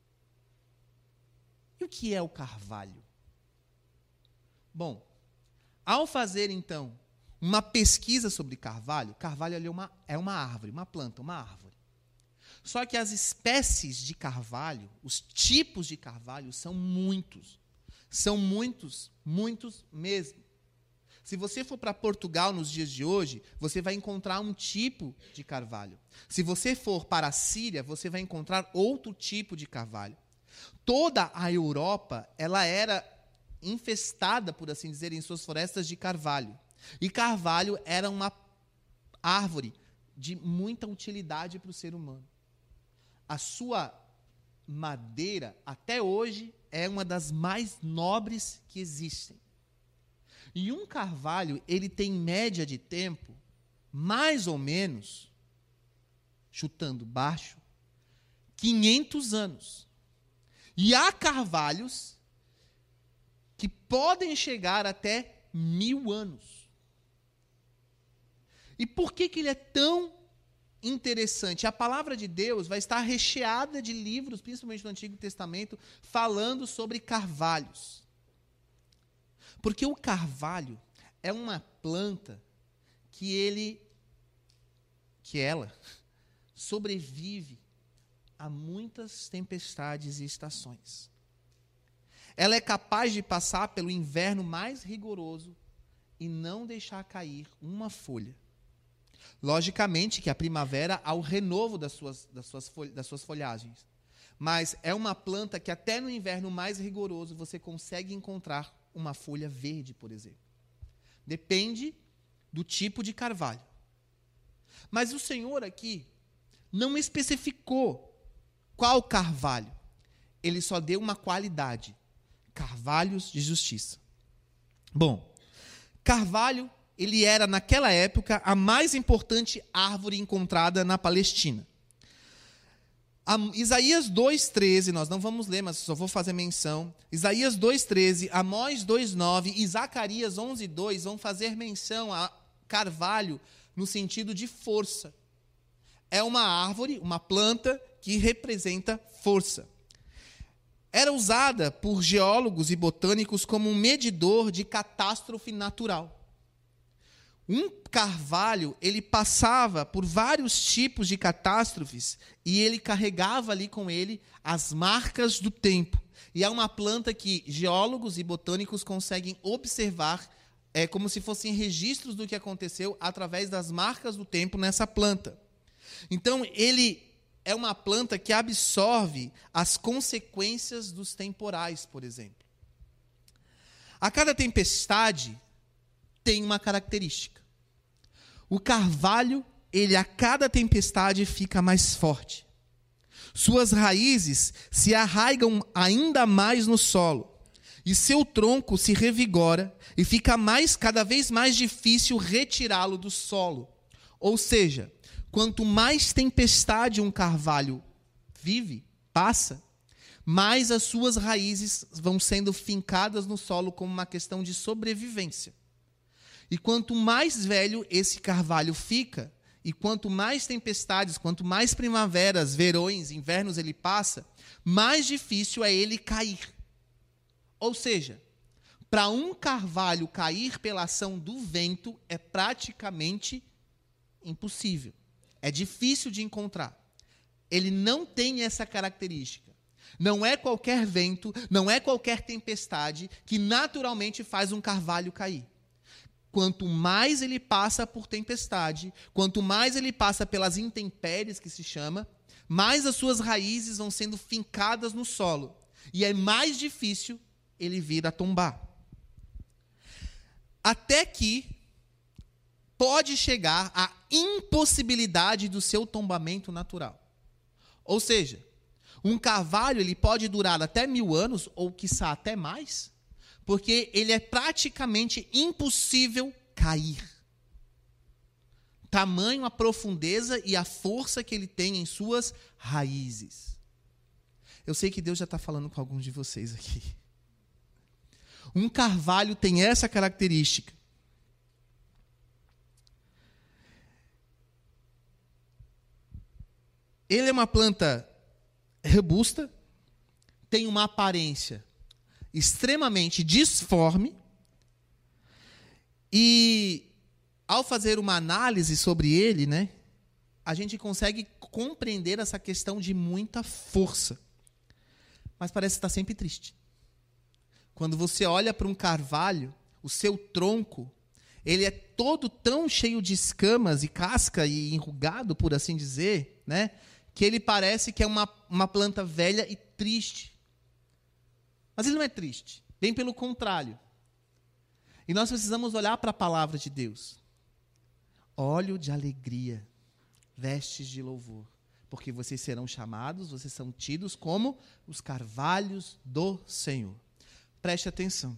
E o que é o carvalho? Bom, ao fazer, então, uma pesquisa sobre carvalho, carvalho é uma, é uma árvore, uma planta, uma árvore. Só que as espécies de carvalho, os tipos de carvalho, são muitos. São muitos, muitos mesmo. Se você for para Portugal nos dias de hoje, você vai encontrar um tipo de carvalho. Se você for para a Síria, você vai encontrar outro tipo de carvalho. Toda a Europa, ela era infestada, por assim dizer, em suas florestas de carvalho. E carvalho era uma árvore de muita utilidade para o ser humano. A sua madeira, até hoje, é uma das mais nobres que existem. E um carvalho, ele tem média de tempo, mais ou menos, chutando baixo, quinhentos anos. E há carvalhos que podem chegar até mil anos. E por que que ele é tão interessante? A palavra de Deus vai estar recheada de livros, principalmente no Antigo Testamento, falando sobre carvalhos. Porque o carvalho é uma planta que ele, que ela sobrevive a muitas tempestades e estações. Ela é capaz de passar pelo inverno mais rigoroso e não deixar cair uma folha. Logicamente que a primavera há o renovo das suas, das suas, folha, das suas folhagens. Mas é uma planta que até no inverno mais rigoroso você consegue encontrar uma folha verde, por exemplo. Depende do tipo de carvalho. Mas o Senhor aqui não especificou qual carvalho. Ele só deu uma qualidade. Carvalhos de justiça. Bom, carvalho, ele era, naquela época, a mais importante árvore encontrada na Palestina. A, Isaías dois, treze, nós não vamos ler, mas só vou fazer menção. Isaías dois, treze, Amós dois, nove e Zacarias onze, dois vão fazer menção a carvalho no sentido de força. É uma árvore, uma planta que representa força. Era usada por geólogos e botânicos como um medidor de catástrofe natural. Um carvalho, ele passava por vários tipos de catástrofes e ele carregava ali com ele as marcas do tempo. E é uma planta que geólogos e botânicos conseguem observar é, como se fossem registros do que aconteceu através das marcas do tempo nessa planta. Então, ele é uma planta que absorve as consequências dos temporais, por exemplo. A cada tempestade tem uma característica. O carvalho, ele a cada tempestade fica mais forte. Suas raízes se arraigam ainda mais no solo. E seu tronco se revigora e fica mais, cada vez mais difícil retirá-lo do solo. Ou seja, quanto mais tempestade um carvalho vive, passa, mais as suas raízes vão sendo fincadas no solo como uma questão de sobrevivência. E quanto mais velho esse carvalho fica, e quanto mais tempestades, quanto mais primaveras, verões, invernos ele passa, mais difícil é ele cair. Ou seja, para um carvalho cair pela ação do vento é praticamente impossível. É difícil de encontrar. Ele não tem essa característica. Não é qualquer vento, não é qualquer tempestade que naturalmente faz um carvalho cair. Quanto mais ele passa por tempestade, quanto mais ele passa pelas intempéries, que se chama, mais as suas raízes vão sendo fincadas no solo. E é mais difícil ele vir a tombar. Até que pode chegar à impossibilidade do seu tombamento natural. Ou seja, um carvalho ele pode durar até mil anos, ou quiçá até mais, porque ele é praticamente impossível cair. Tamanho a profundeza e a força que ele tem em suas raízes. Eu sei que Deus já está falando com alguns de vocês aqui. Um carvalho tem essa característica. Ele é uma planta robusta, tem uma aparência extremamente disforme, e ao fazer uma análise sobre ele, né, a gente consegue compreender essa questão de muita força. Mas parece estar sempre triste. Quando você olha para um carvalho, o seu tronco, ele é todo tão cheio de escamas e casca e enrugado, por assim dizer, né, que ele parece que é uma, uma planta velha e triste. Mas ele não é triste, bem pelo contrário. E nós precisamos olhar para a palavra de Deus. Óleo de alegria, vestes de louvor, porque vocês serão chamados, vocês são tidos como os carvalhos do Senhor. Preste atenção.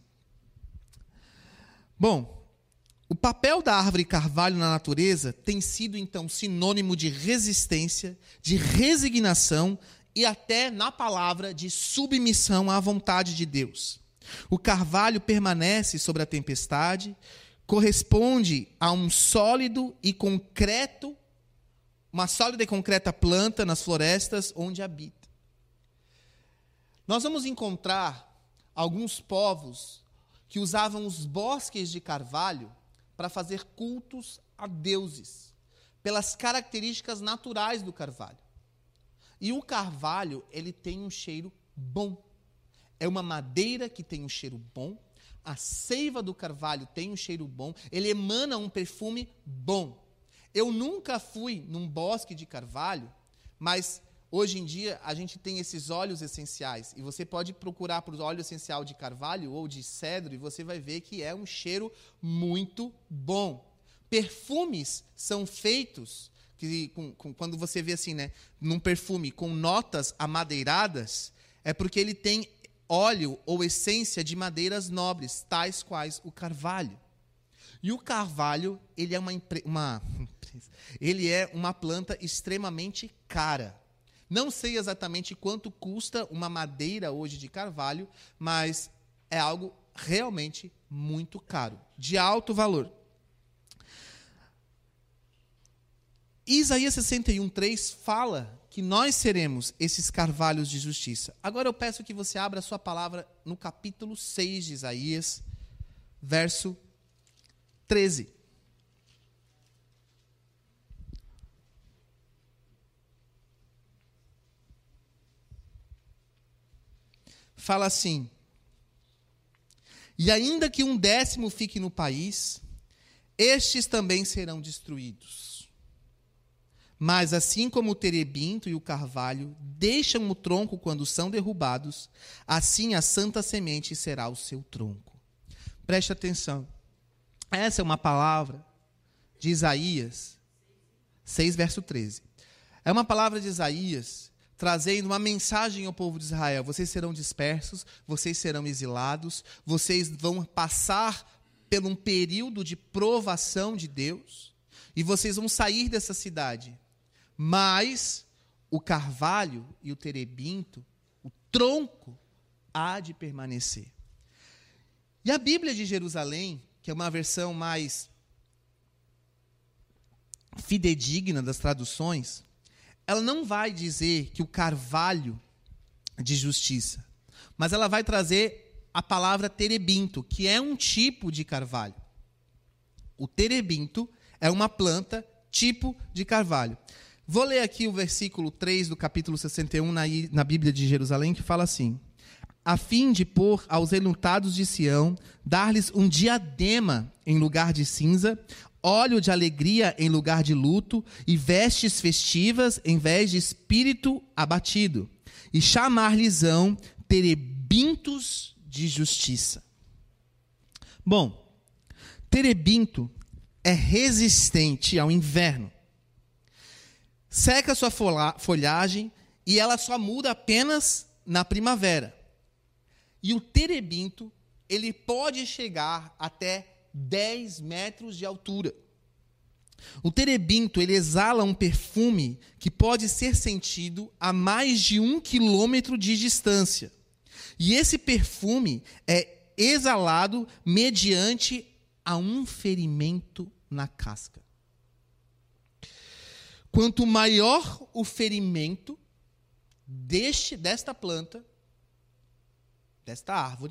Bom, o papel da árvore carvalho na natureza tem sido, então, sinônimo de resistência, de resignação e até, na palavra, de submissão à vontade de Deus. O carvalho permanece sobre a tempestade, corresponde a um sólido e concreto, uma sólida e concreta planta nas florestas onde habita. Nós vamos encontrar alguns povos que usavam os bosques de carvalho para fazer cultos a deuses, pelas características naturais do carvalho. E o carvalho, ele tem um cheiro bom. É uma madeira que tem um cheiro bom. a seiva do carvalho tem um cheiro bom, ele emana um perfume bom. Eu nunca fui num bosque de carvalho, mas hoje em dia a gente tem esses óleos essenciais. E você pode procurar por óleo essencial de carvalho ou de cedro e você vai ver que é um cheiro muito bom. Perfumes são feitos, que, com, com, quando você vê assim, né, num perfume com notas amadeiradas, é porque ele tem óleo ou essência de madeiras nobres, tais quais o carvalho. E o carvalho, ele é uma, uma, ele é uma planta extremamente cara. Não sei exatamente quanto custa uma madeira hoje de carvalho, mas é algo realmente muito caro, de alto valor. Isaías sessenta e um, três fala que nós seremos esses carvalhos de justiça. Agora eu peço que você abra a sua palavra no capítulo seis de Isaías, verso treze. Fala assim: e ainda que um décimo fique no país, estes também serão destruídos. Mas assim como o terebinto e o carvalho deixam o tronco quando são derrubados, assim a santa semente será o seu tronco. Preste atenção. Essa é uma palavra de Isaías seis, verso treze. É uma palavra de Isaías trazendo uma mensagem ao povo de Israel. Vocês serão dispersos, vocês serão exilados, vocês vão passar por um período de provação de Deus e vocês vão sair dessa cidade. Mas o carvalho e o terebinto, o tronco, há de permanecer. E a Bíblia de Jerusalém, que é uma versão mais fidedigna das traduções, ela não vai dizer que o carvalho de justiça, mas ela vai trazer a palavra terebinto, que é um tipo de carvalho. O terebinto é uma planta tipo de carvalho. Vou ler aqui o versículo três do capítulo sessenta e um na, na Bíblia de Jerusalém, que fala assim: a fim de pôr aos enlutados de Sião, dar-lhes um diadema em lugar de cinza, óleo de alegria em lugar de luto, e vestes festivas em vez de espírito abatido, e chamar-lhes-ão terebintos de justiça. Bom, terebinto é resistente ao inverno. Seca sua folhagem e ela só muda apenas na primavera. E o terebinto, ele pode chegar até dez metros de altura. O terebinto, ele exala um perfume que pode ser sentido a mais de um quilômetro de distância. E esse perfume é exalado mediante a um ferimento na casca. Quanto maior o ferimento deste, desta planta, desta árvore,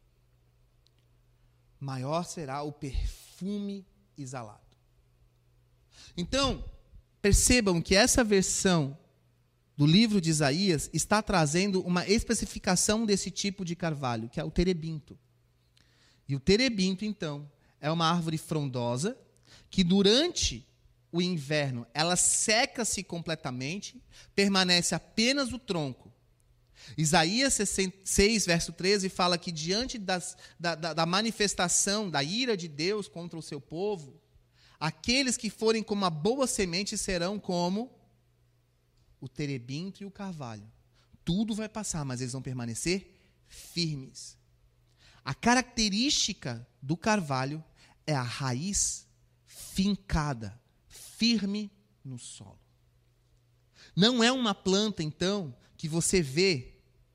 maior será o perfume exalado. Então, percebam que essa versão do livro de Isaías está trazendo uma especificação desse tipo de carvalho, que é o terebinto. E o terebinto, então, é uma árvore frondosa que durante o inverno ela seca-se completamente, permanece apenas o tronco. Isaías seis, verso treze, fala que diante das, da, da, da manifestação da ira de Deus contra o seu povo, aqueles que forem como a boa semente serão como o terebinto e o carvalho. Tudo vai passar, mas eles vão permanecer firmes. A característica do carvalho é a raiz fincada, firme no solo. Não é uma planta, então, que você vê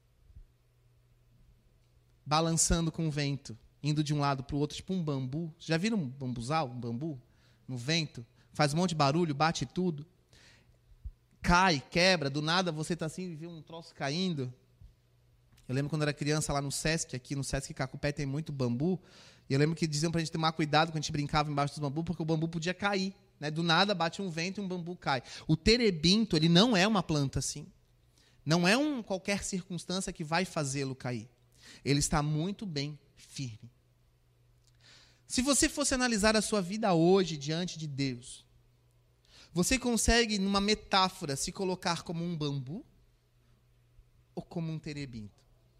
balançando com o vento, indo de um lado para o outro, tipo um bambu. Já viram um bambuzal, um bambu? No vento? Faz um monte de barulho, bate tudo. Cai, quebra, do nada você está assim e vê um troço caindo. Eu lembro quando eu era criança lá no Sesc, aqui no Sesc Cacupé tem muito bambu, e eu lembro que diziam para a gente tomar cuidado quando a gente brincava embaixo dos bambus, porque o bambu podia cair. Né? Do nada bate um vento e um bambu cai. O terebinto, ele não é uma planta assim. Não é um qualquer circunstância que vai fazê-lo cair. Ele está muito bem firme. Se você fosse analisar a sua vida hoje diante de Deus, você consegue, numa metáfora, se colocar como um bambu ou como um terebinto?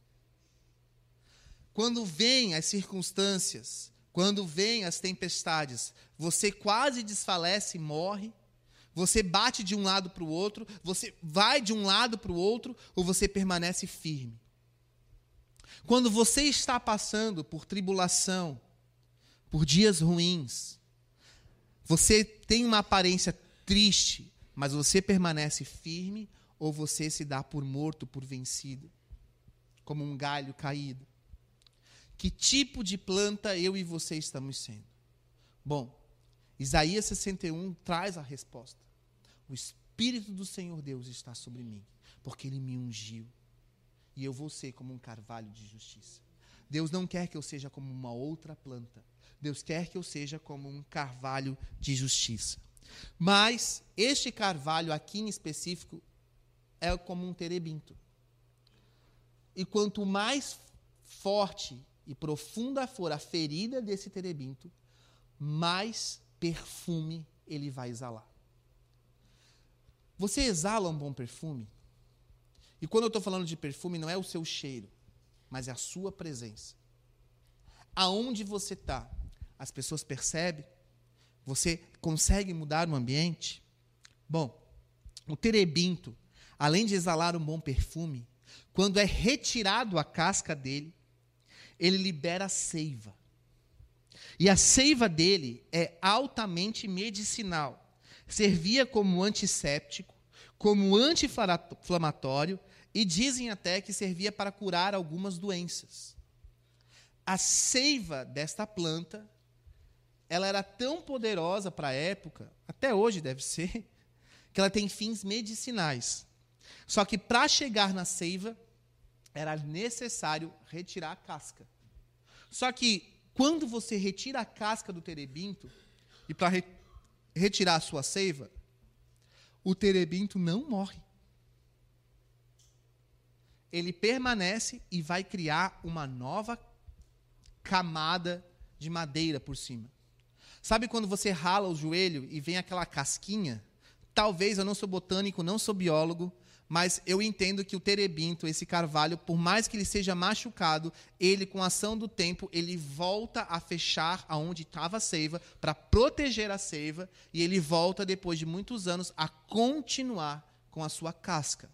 Quando vêm as circunstâncias, quando vêm as tempestades, você quase desfalece e morre, você bate de um lado para o outro, você vai de um lado para o outro, ou você permanece firme? Quando você está passando por tribulação, por dias ruins, você tem uma aparência triste, mas você permanece firme, ou você se dá por morto, por vencido, como um galho caído? Que tipo de planta eu e você estamos sendo? Bom, Isaías sessenta e um traz a resposta. O Espírito do Senhor Deus está sobre mim, porque Ele me ungiu, e eu vou ser como um carvalho de justiça. Deus não quer que eu seja como uma outra planta. Deus quer que eu seja como um carvalho de justiça. Mas este carvalho aqui em específico é como um terebinto. E quanto mais forte e profunda for a ferida desse terebinto, mais perfume ele vai exalar. Você exala um bom perfume? E quando eu estou falando de perfume, não é o seu cheiro, mas é a sua presença. Aonde você está, as pessoas percebem? Você consegue mudar o ambiente? Bom, o terebinto, além de exalar um bom perfume, quando é retirado a casca dele, ele libera seiva. E a seiva dele é altamente medicinal. Servia como antisséptico, como anti-inflamatório, e dizem até que servia para curar algumas doenças. A seiva desta planta, ela era tão poderosa para a época, até hoje deve ser, que ela tem fins medicinais. Só que para chegar na seiva, era necessário retirar a casca. Só que, quando você retira a casca do terebinto, e para re retirar a sua seiva, o terebinto não morre. Ele permanece e vai criar uma nova camada de madeira por cima. Sabe quando você rala o joelho e vem aquela casquinha? Talvez, eu não sou botânico, não sou biólogo, mas eu entendo que o terebinto, esse carvalho, por mais que ele seja machucado, ele, com a ação do tempo, ele volta a fechar aonde estava a seiva, para proteger a seiva, e ele volta, depois de muitos anos, a continuar com a sua casca.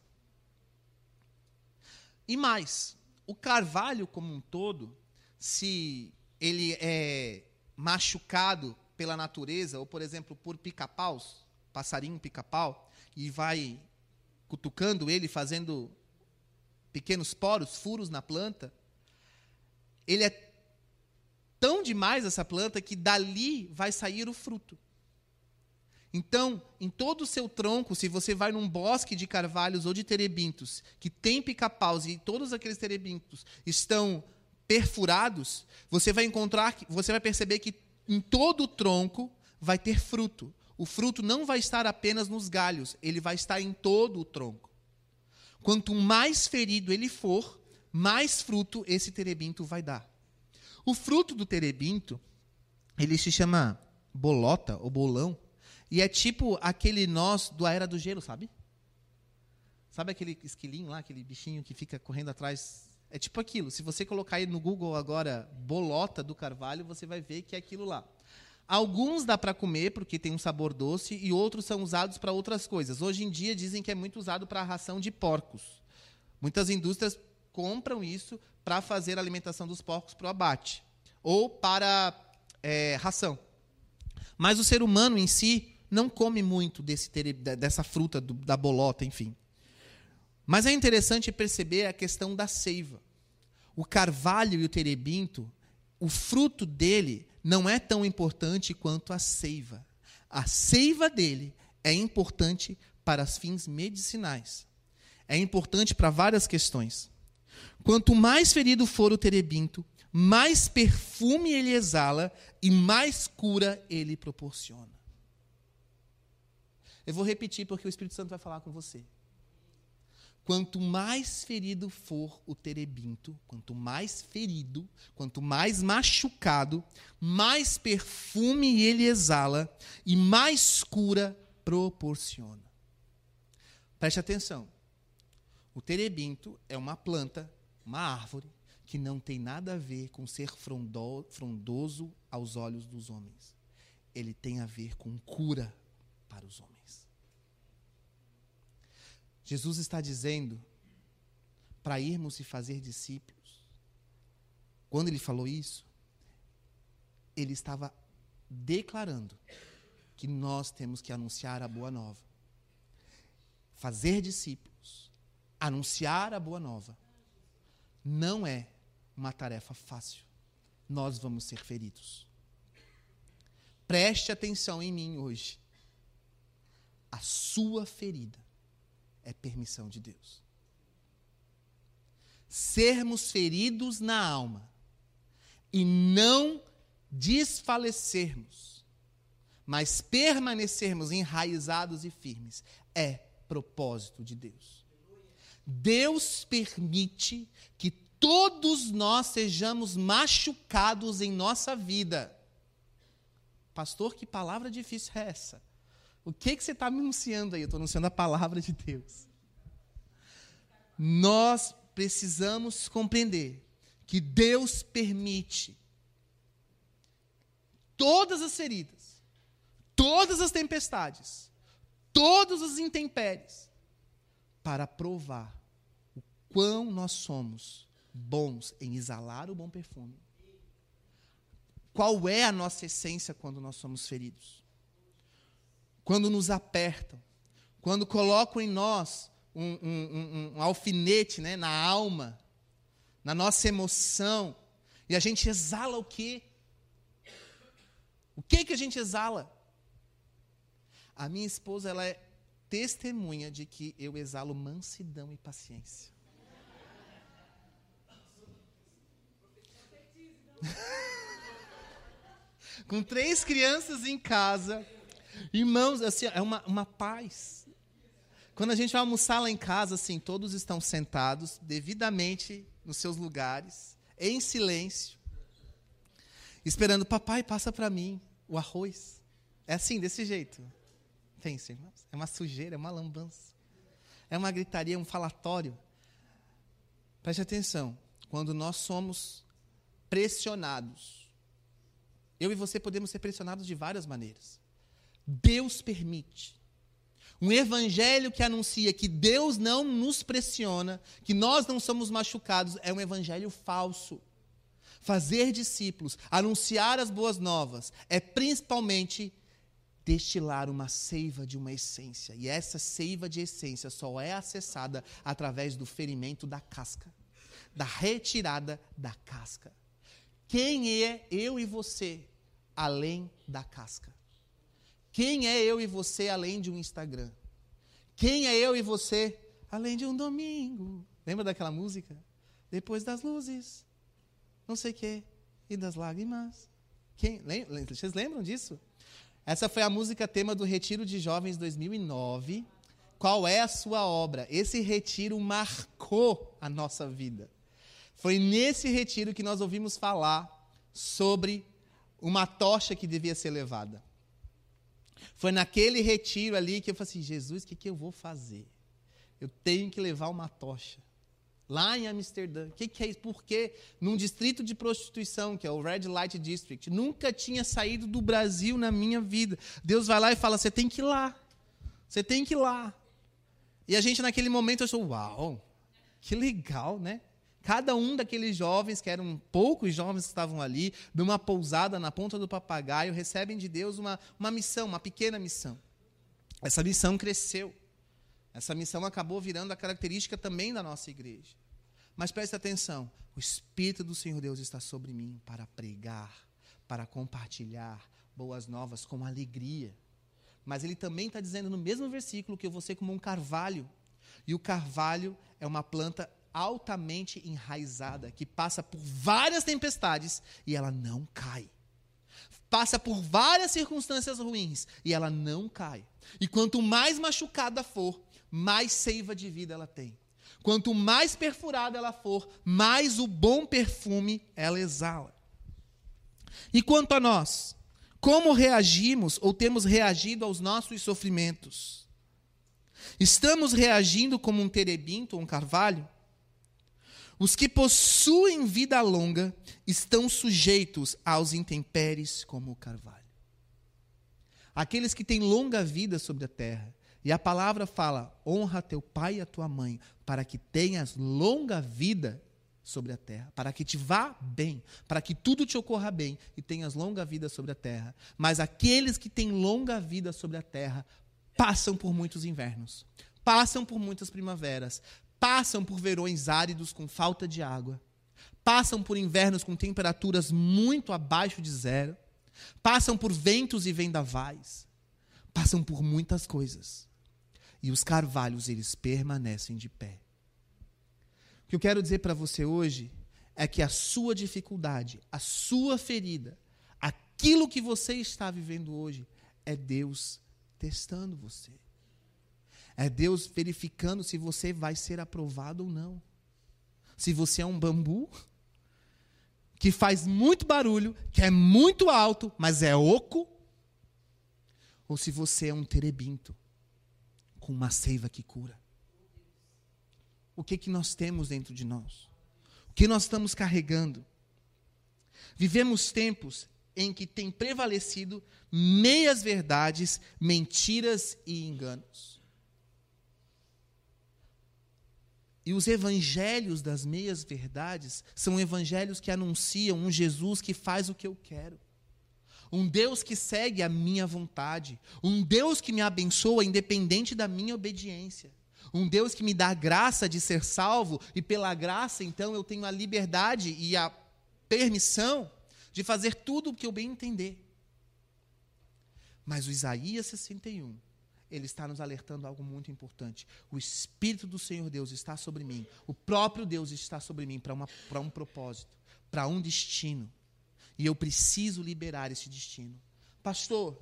E mais, o carvalho como um todo, se ele é machucado pela natureza, ou, por exemplo, por pica-paus, passarinho pica-pau, e vai cutucando ele, fazendo pequenos poros, furos na planta, ele é tão demais essa planta que dali vai sair o fruto. Então, em todo o seu tronco, se você vai num bosque de carvalhos ou de terebintos, que tem pica-paus e todos aqueles terebintos estão perfurados, você vai encontrar, você vai perceber que em todo o tronco vai ter fruto. O fruto não vai estar apenas nos galhos, ele vai estar em todo o tronco. Quanto mais ferido ele for, mais fruto esse terebinto vai dar. O fruto do terebinto, ele se chama bolota ou bolão, e é tipo aquele nós do A Era do Gelo, sabe? Sabe aquele esquilinho lá, aquele bichinho que fica correndo atrás? É tipo aquilo. Se você colocar aí no Google agora, bolota do carvalho, você vai ver que é aquilo lá. Alguns dá para comer, porque tem um sabor doce, e outros são usados para outras coisas. Hoje em dia, dizem que é muito usado para a ração de porcos. Muitas indústrias compram isso para fazer a alimentação dos porcos para o abate, ou para é, ração. Mas o ser humano em si não come muito desse, dessa fruta, do, da bolota, enfim. Mas é interessante perceber a questão da seiva. O carvalho e o terebinto, o fruto dele não é tão importante quanto a seiva. A seiva dele é importante para os fins medicinais. É importante para várias questões. Quanto mais ferido for o terebinto, mais perfume ele exala e mais cura ele proporciona. Eu vou repetir porque o Espírito Santo vai falar com você. quanto mais ferido for o terebinto, quanto mais ferido, quanto mais machucado, mais perfume ele exala e mais cura proporciona. Preste atenção. O terebinto é uma planta, uma árvore, que não tem nada a ver com ser frondo, frondoso aos olhos dos homens. Ele tem a ver com cura para os homens. Jesus está dizendo para irmos e fazer discípulos. Quando ele falou isso, ele estava declarando que nós temos que anunciar a boa nova. Fazer discípulos, anunciar a boa nova, não é uma tarefa fácil. Nós vamos ser feridos. Preste atenção em mim hoje. A sua ferida é permissão de Deus. Sermos feridos na alma e não desfalecermos, mas permanecermos enraizados e firmes, é propósito de Deus. Deus permite que todos nós sejamos machucados em nossa vida. Pastor, que palavra difícil é essa? O que, que você está me anunciando aí? Eu estou anunciando a palavra de Deus. Nós precisamos compreender que Deus permite todas as feridas, todas as tempestades, todas as intempéries, para provar o quão nós somos bons em exalar o bom perfume. Qual é a nossa essência quando nós somos feridos? Quando nos apertam, quando colocam em nós um, um, um, um alfinete, né, na alma, na nossa emoção, e a gente exala o quê? O que que a gente exala? A minha esposa, ela é testemunha de que eu exalo mansidão e paciência. Com três crianças em casa, irmãos, assim, é uma, uma paz. Quando a gente vai almoçar lá em casa, assim, todos estão sentados, devidamente nos seus lugares, em silêncio, esperando, papai, passa para mim o arroz. É assim, desse jeito. Pense, irmãos, é uma sujeira, é uma lambança. É uma gritaria, um falatório. Preste atenção, quando nós somos pressionados, eu e você podemos ser pressionados de várias maneiras. Deus permite. Um evangelho que anuncia que Deus não nos pressiona, que nós não somos machucados, é um evangelho falso. Fazer discípulos, anunciar as boas novas, é principalmente destilar uma seiva de uma essência. E essa seiva de essência só é acessada através do ferimento da casca, da retirada da casca. Quem é eu e você além da casca? Quem é eu e você além de um Instagram? Quem é eu e você além de um domingo? Lembra daquela música? Depois das luzes, não sei o quê, e das lágrimas. Quem? Lembra? Vocês lembram disso? Essa foi a música tema do Retiro de Jovens dois mil e nove. Qual é a sua obra? Esse retiro marcou a nossa vida. Foi nesse retiro que nós ouvimos falar sobre uma tocha que devia ser levada. Foi naquele retiro ali que eu falei assim, Jesus, o que, que eu vou fazer? Eu tenho que levar uma tocha. Lá em Amsterdã. O que, que é isso? Porque num distrito de prostituição, que é o Red Light District, nunca tinha saído do Brasil na minha vida. Deus vai lá e fala, você tem que ir lá. Você tem que ir lá. E a gente naquele momento achou, uau, que legal, né? Cada um daqueles jovens, que eram poucos jovens que estavam ali, numa pousada na Ponta do Papagaio, recebem de Deus uma, uma missão, uma pequena missão. Essa missão cresceu. Essa missão acabou virando a característica também da nossa igreja. Mas preste atenção, o Espírito do Senhor Deus está sobre mim para pregar, para compartilhar boas novas com alegria. Mas ele também está dizendo no mesmo versículo que eu vou ser como um carvalho. E o carvalho é uma planta altamente enraizada, que passa por várias tempestades e ela não cai. Passa por várias circunstâncias ruins e ela não cai. E quanto mais machucada for, mais seiva de vida ela tem. Quanto mais perfurada ela for, mais o bom perfume ela exala. E quanto a nós, como reagimos ou temos reagido aos nossos sofrimentos? Estamos reagindo como um terebinto ou um carvalho? Os que possuem vida longa estão sujeitos aos intempéries como o carvalho. Aqueles que têm longa vida sobre a terra. E a palavra fala, honra teu pai e a tua mãe, para que tenhas longa vida sobre a terra, para que te vá bem, para que tudo te ocorra bem e tenhas longa vida sobre a terra. Mas aqueles que têm longa vida sobre a terra passam por muitos invernos, passam por muitas primaveras, passam por verões áridos com falta de água, passam por invernos com temperaturas muito abaixo de zero, passam por ventos e vendavais, passam por muitas coisas. E os carvalhos, eles permanecem de pé. O que eu quero dizer para você hoje é que a sua dificuldade, a sua ferida, aquilo que você está vivendo hoje, é Deus testando você. É Deus verificando se você vai ser aprovado ou não. Se você é um bambu que faz muito barulho, que é muito alto, mas é oco, ou se você é um terebinto com uma seiva que cura. O que que nós temos dentro de nós? O que nós estamos carregando? Vivemos tempos em que tem prevalecido meias verdades, mentiras e enganos. E os evangelhos das meias verdades são evangelhos que anunciam um Jesus que faz o que eu quero. Um Deus que segue a minha vontade. Um Deus que me abençoa independente da minha obediência. Um Deus que me dá a graça de ser salvo e pela graça, então, eu tenho a liberdade e a permissão de fazer tudo o que eu bem entender. Mas o Isaías sessenta e um, ele está nos alertando algo muito importante. O Espírito do Senhor Deus está sobre mim. O próprio Deus está sobre mim para uma, para um propósito, para um destino. E eu preciso liberar esse destino. Pastor,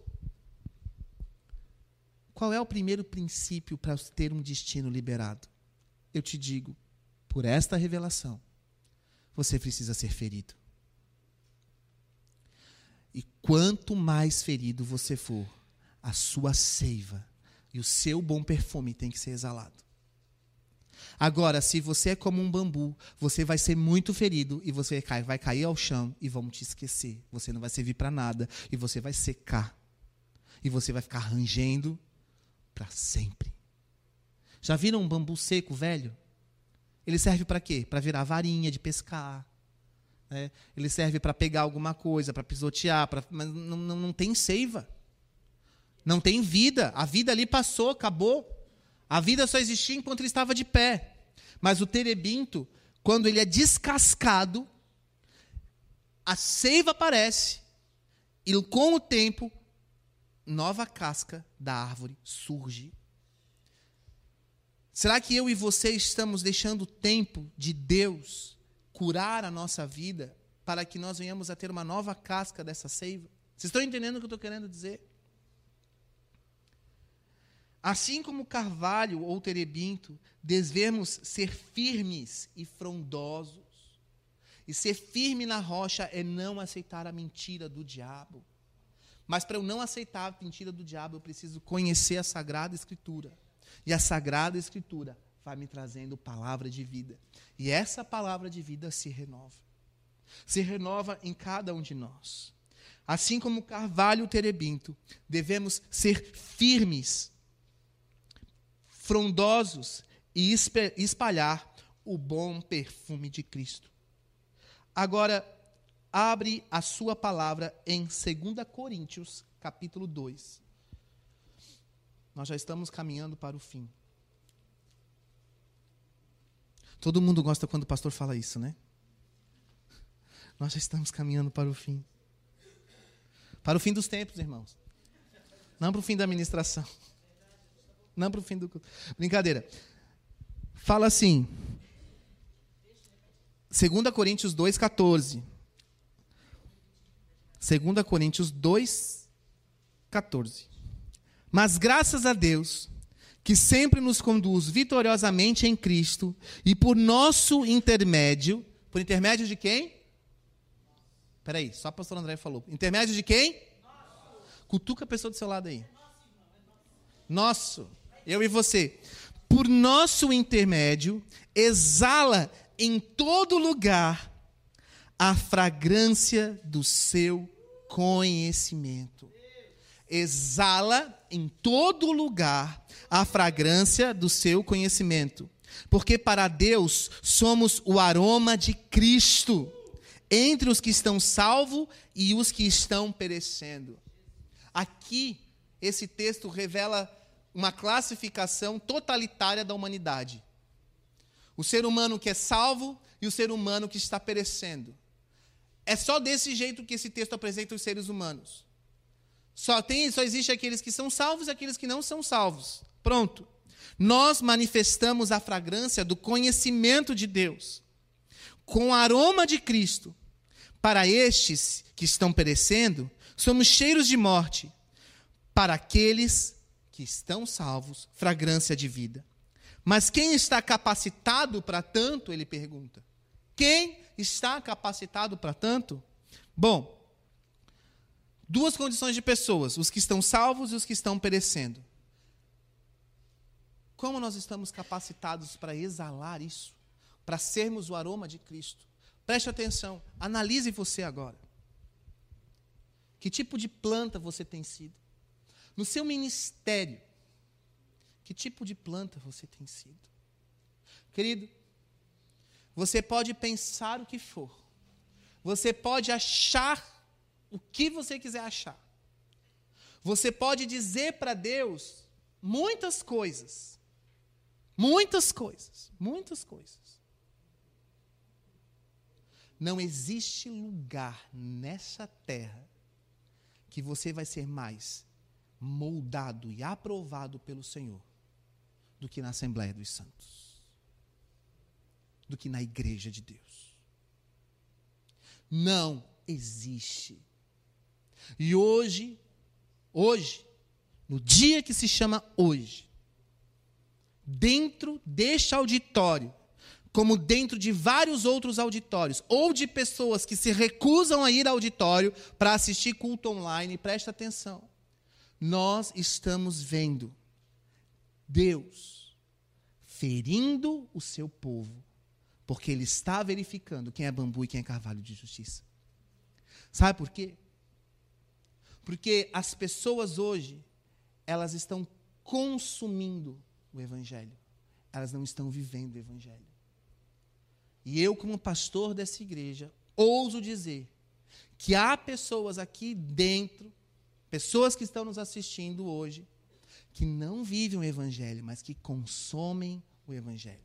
qual é o primeiro princípio para ter um destino liberado? Eu te digo, por esta revelação, você precisa ser ferido. E quanto mais ferido você for, a sua seiva e o seu bom perfume tem que ser exalado. Agora, se você é como um bambu, você vai ser muito ferido e você vai cair ao chão e vão te esquecer. Você não vai servir para nada e você vai secar. E você vai ficar rangendo para sempre. Já viram um bambu seco, velho? Ele serve para quê? Para virar varinha de pescar. Né? Ele serve para pegar alguma coisa, para pisotear, pra... mas não, não, não tem seiva. Não tem vida. A vida ali passou, acabou. A vida só existia enquanto ele estava de pé. Mas o terebinto, quando ele é descascado, a seiva aparece. E com o tempo, nova casca da árvore surge. Será que eu e você estamos deixando o tempo de Deus curar a nossa vida para que nós venhamos a ter uma nova casca dessa seiva? Vocês estão entendendo o que eu estou querendo dizer? Assim como o carvalho ou terebinto, devemos ser firmes e frondosos. E ser firme na rocha é não aceitar a mentira do diabo. Mas para eu não aceitar a mentira do diabo, eu preciso conhecer a Sagrada Escritura. E a Sagrada Escritura vai me trazendo palavra de vida. E essa palavra de vida se renova. Se renova em cada um de nós. Assim como o carvalho e o terebinto, devemos ser firmes, frondosos e espalhar o bom perfume de Cristo. Agora, abre a sua palavra em dois Coríntios, capítulo dois. Nós já estamos caminhando para o fim. Todo mundo gosta quando o pastor fala isso, né? Nós já estamos caminhando para o fim. Para o fim dos tempos, irmãos. Não para o fim da administração. Não para o fim do... Brincadeira. Fala assim. dois Coríntios dois, catorze. dois Coríntios dois, catorze. Mas graças a Deus, que sempre nos conduz vitoriosamente em Cristo e por nosso intermédio, por intermédio de quem? Espera aí, só o pastor André falou. Intermédio de quem? Nosso. Cutuca a pessoa do seu lado aí. Nosso, eu e você. Por nosso intermédio, exala em todo lugar a fragrância do seu conhecimento. Exala em todo lugar a fragrância do seu conhecimento. Porque para Deus somos o aroma de Cristo entre os que estão salvos e os que estão perecendo. Aqui, esse texto revela uma classificação totalitária da humanidade. O ser humano que é salvo e o ser humano que está perecendo. É só desse jeito que esse texto apresenta os seres humanos. Só, tem, só existe aqueles que são salvos e aqueles que não são salvos. Pronto. Nós manifestamos a fragrância do conhecimento de Deus, com o aroma de Cristo. Para estes que estão perecendo, somos cheiros de morte. Para aqueles que estão salvos, fragrância de vida. Mas quem está capacitado para tanto? Ele pergunta. Quem está capacitado para tanto? Bom, duas condições de pessoas, os que estão salvos e os que estão perecendo. Como nós estamos capacitados para exalar isso? Para sermos o aroma de Cristo? Preste atenção, analise você agora. Que tipo de planta você tem sido? No seu ministério, que tipo de planta você tem sido? Querido, você pode pensar o que for. Você pode achar o que você quiser achar. Você pode dizer para Deus muitas coisas. Muitas coisas. Muitas coisas. Não existe lugar nessa terra que você vai ser mais moldado e aprovado pelo Senhor do que na Assembleia dos Santos, do que na Igreja de Deus. Não existe. E hoje, hoje, no dia que se chama hoje, dentro deste auditório, como dentro de vários outros auditórios, ou de pessoas que se recusam a ir ao auditório para assistir culto online, presta atenção. Nós estamos vendo Deus ferindo o seu povo, porque Ele está verificando quem é bambu e quem é carvalho de justiça. Sabe por quê? Porque as pessoas hoje, elas estão consumindo o Evangelho. Elas não estão vivendo o Evangelho. E eu, como pastor dessa igreja, ouso dizer que há pessoas aqui dentro, pessoas que estão nos assistindo hoje, que não vivem o Evangelho, mas que consomem o Evangelho.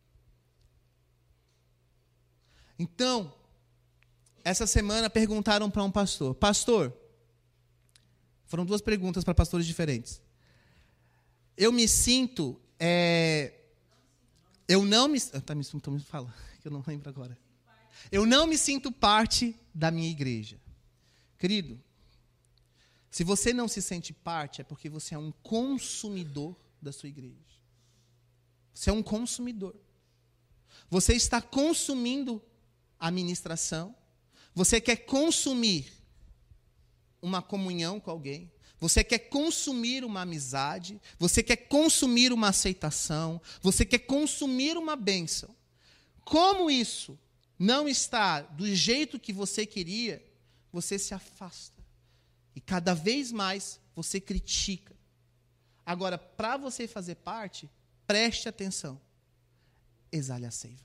Então, essa semana perguntaram para um pastor, pastor, foram duas perguntas para pastores diferentes. Eu me sinto, é, eu não me, tá me, tô me falando, que eu não lembro agora. Eu não me sinto parte da minha igreja. Querido, se você não se sente parte, é porque você é um consumidor da sua igreja. Você é um consumidor. Você está consumindo a ministração. Você quer consumir uma comunhão com alguém. Você quer consumir uma amizade. Você quer consumir uma aceitação. Você quer consumir uma bênção. Como isso não está do jeito que você queria, você se afasta. E cada vez mais você critica. Agora, para você fazer parte, preste atenção. Exale a seiva.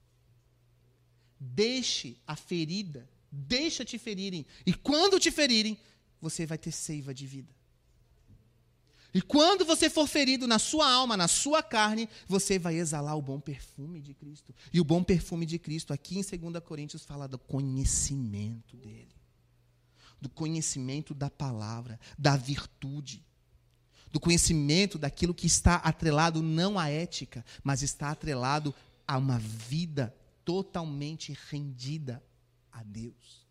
Deixe a ferida, deixa te ferirem. E quando te ferirem, você vai ter seiva de vida. E quando você for ferido na sua alma, na sua carne, você vai exalar o bom perfume de Cristo. E o bom perfume de Cristo, aqui em Segunda Coríntios, fala do conhecimento dele. Do conhecimento da palavra, da virtude. Do conhecimento daquilo que está atrelado não à ética, mas está atrelado a uma vida totalmente rendida a Deus.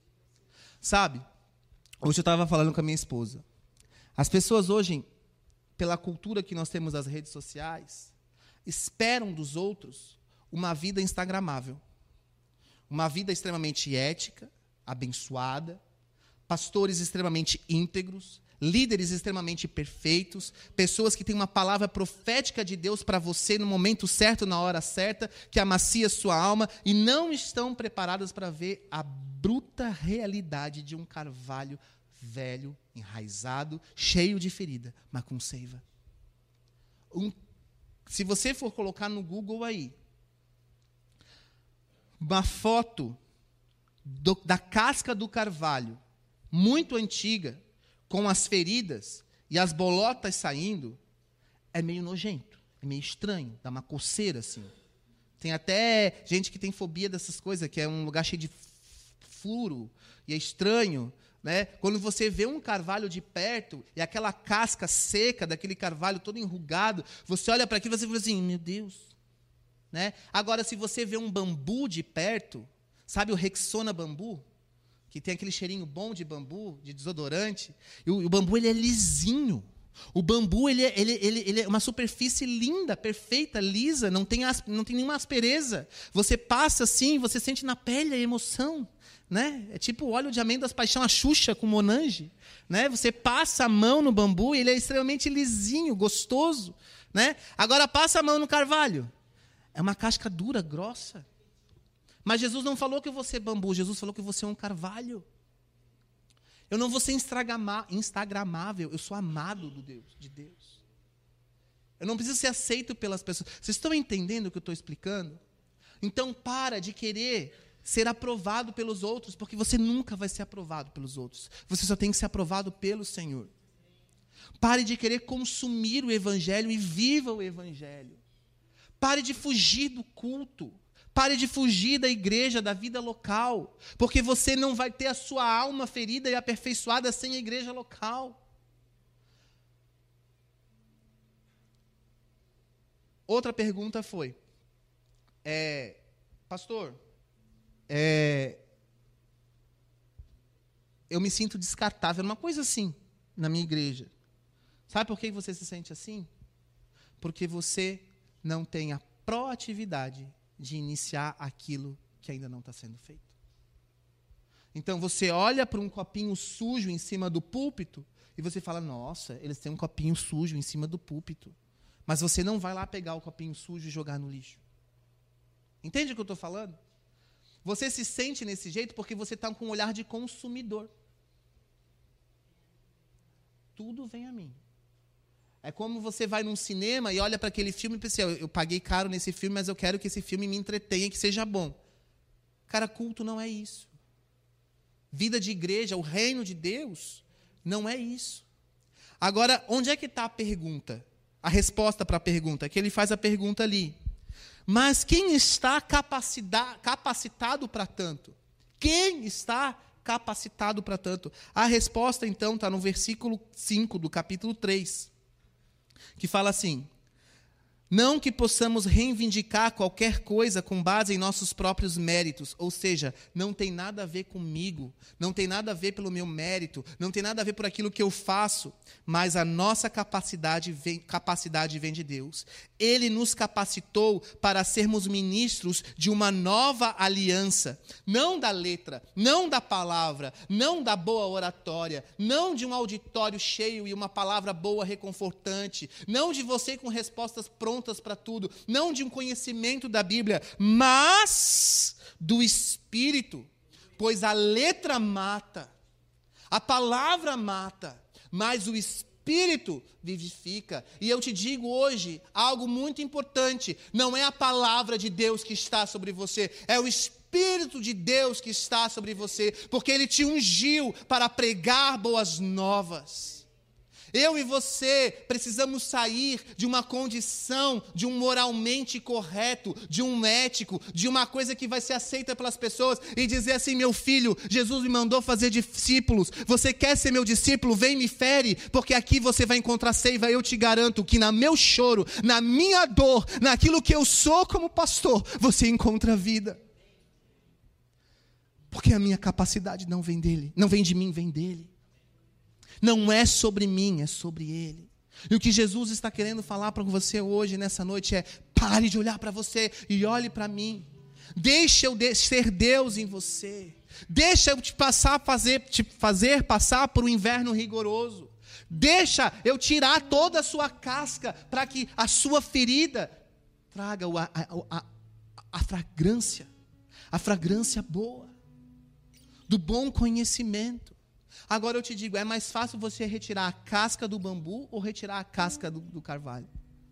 Sabe, hoje eu estava falando com a minha esposa. As pessoas hoje pela cultura que nós temos das redes sociais, esperam dos outros uma vida instagramável. Uma vida extremamente ética, abençoada, pastores extremamente íntegros, líderes extremamente perfeitos, pessoas que têm uma palavra profética de Deus para você no momento certo, na hora certa, que amacia sua alma, e não estão preparadas para ver a bruta realidade de um carvalho velho, enraizado, cheio de ferida, mas com seiva. Um, se você for colocar no Google aí, uma foto do, da casca do carvalho, muito antiga, com as feridas e as bolotas saindo, é meio nojento, é meio estranho, dá uma coceira assim. Tem até gente que tem fobia dessas coisas, que é um lugar cheio de furo, e é estranho, né? Quando você vê um carvalho de perto, e aquela casca seca daquele carvalho todo enrugado, você olha para aquilo e você fala assim, meu Deus. Né? Agora, se você vê um bambu de perto, sabe o Rexona bambu? Que tem aquele cheirinho bom de bambu, de desodorante. E o, o bambu ele é lisinho. O bambu ele é, ele, ele, ele é uma superfície linda, perfeita, lisa, não tem, as, não tem nenhuma aspereza. Você passa assim, você sente na pele a emoção. Né? É tipo o óleo de amêndoas paixão, a Xuxa com Monange. Né? Você passa a mão no bambu e ele é extremamente lisinho, gostoso. Né? Agora passa a mão no carvalho. É uma casca dura, grossa. Mas Jesus não falou que eu vou ser bambu, Jesus falou que eu vou ser um carvalho. Eu não vou ser instagramável, eu sou amado do Deus, de Deus. Eu não preciso ser aceito pelas pessoas. Vocês estão entendendo o que eu estou explicando? Então para de querer ser aprovado pelos outros, porque você nunca vai ser aprovado pelos outros. Você só tem que ser aprovado pelo Senhor. Pare de querer consumir o Evangelho e viva o Evangelho. Pare de fugir do culto. Pare de fugir da igreja, da vida local. Porque você não vai ter a sua alma ferida e aperfeiçoada sem a igreja local. Outra pergunta foi, é, pastor, é, eu me sinto descartável, uma coisa assim, na minha igreja. Sabe por que você se sente assim? Porque você não tem a proatividade de iniciar aquilo que ainda não está sendo feito. Então, você olha para um copinho sujo em cima do púlpito e você fala, nossa, eles têm um copinho sujo em cima do púlpito. Mas você não vai lá pegar o copinho sujo e jogar no lixo. Entende o que eu estou falando? Você se sente nesse jeito porque você está com um olhar de consumidor. Tudo vem a mim. É como você vai num cinema e olha para aquele filme e pensa, eu, eu paguei caro nesse filme, mas eu quero que esse filme me entretenha, que seja bom. Cara, culto não é isso. Vida de igreja, o reino de Deus, não é isso. Agora, onde é que está a pergunta? A resposta para a pergunta, que ele faz a pergunta ali. Mas quem está capacitado para tanto? Quem está capacitado para tanto? A resposta, então, está no versículo cinco do capítulo três. Que fala assim, não que possamos reivindicar qualquer coisa com base em nossos próprios méritos, ou seja, não tem nada a ver comigo, não tem nada a ver pelo meu mérito, não tem nada a ver por aquilo que eu faço, mas a nossa capacidade vem, capacidade vem de Deus. Ele nos capacitou para sermos ministros de uma nova aliança, não da letra, não da palavra, não da boa oratória, não de um auditório cheio e uma palavra boa, reconfortante, não de você com respostas prontas para tudo, não de um conhecimento da Bíblia, mas do Espírito, pois a letra mata, a palavra mata, mas o Espírito vivifica. E eu te digo hoje algo muito importante, não é a palavra de Deus que está sobre você, é o Espírito de Deus que está sobre você, porque Ele te ungiu para pregar boas novas. Eu e você precisamos sair de uma condição de um moralmente correto, de um ético, de uma coisa que vai ser aceita pelas pessoas e dizer assim, meu filho, Jesus me mandou fazer discípulos, você quer ser meu discípulo? Vem me fere, porque aqui você vai encontrar seiva. Eu te garanto que no meu choro, na minha dor, naquilo que eu sou como pastor, você encontra vida. Porque a minha capacidade não vem dele, não vem de mim, vem dele. Não é sobre mim, é sobre Ele. E o que Jesus está querendo falar para você hoje, nessa noite, é: pare de olhar para você e olhe para mim. Deixa eu de- ser Deus em você. Deixa eu te passar, fazer, te fazer passar por um inverno rigoroso. Deixa eu tirar toda a sua casca para que a sua ferida traga a, a, a, a fragrância, a fragrância boa, do bom conhecimento. Agora eu te digo, é mais fácil você retirar a casca do bambu ou retirar a casca do, do carvalho?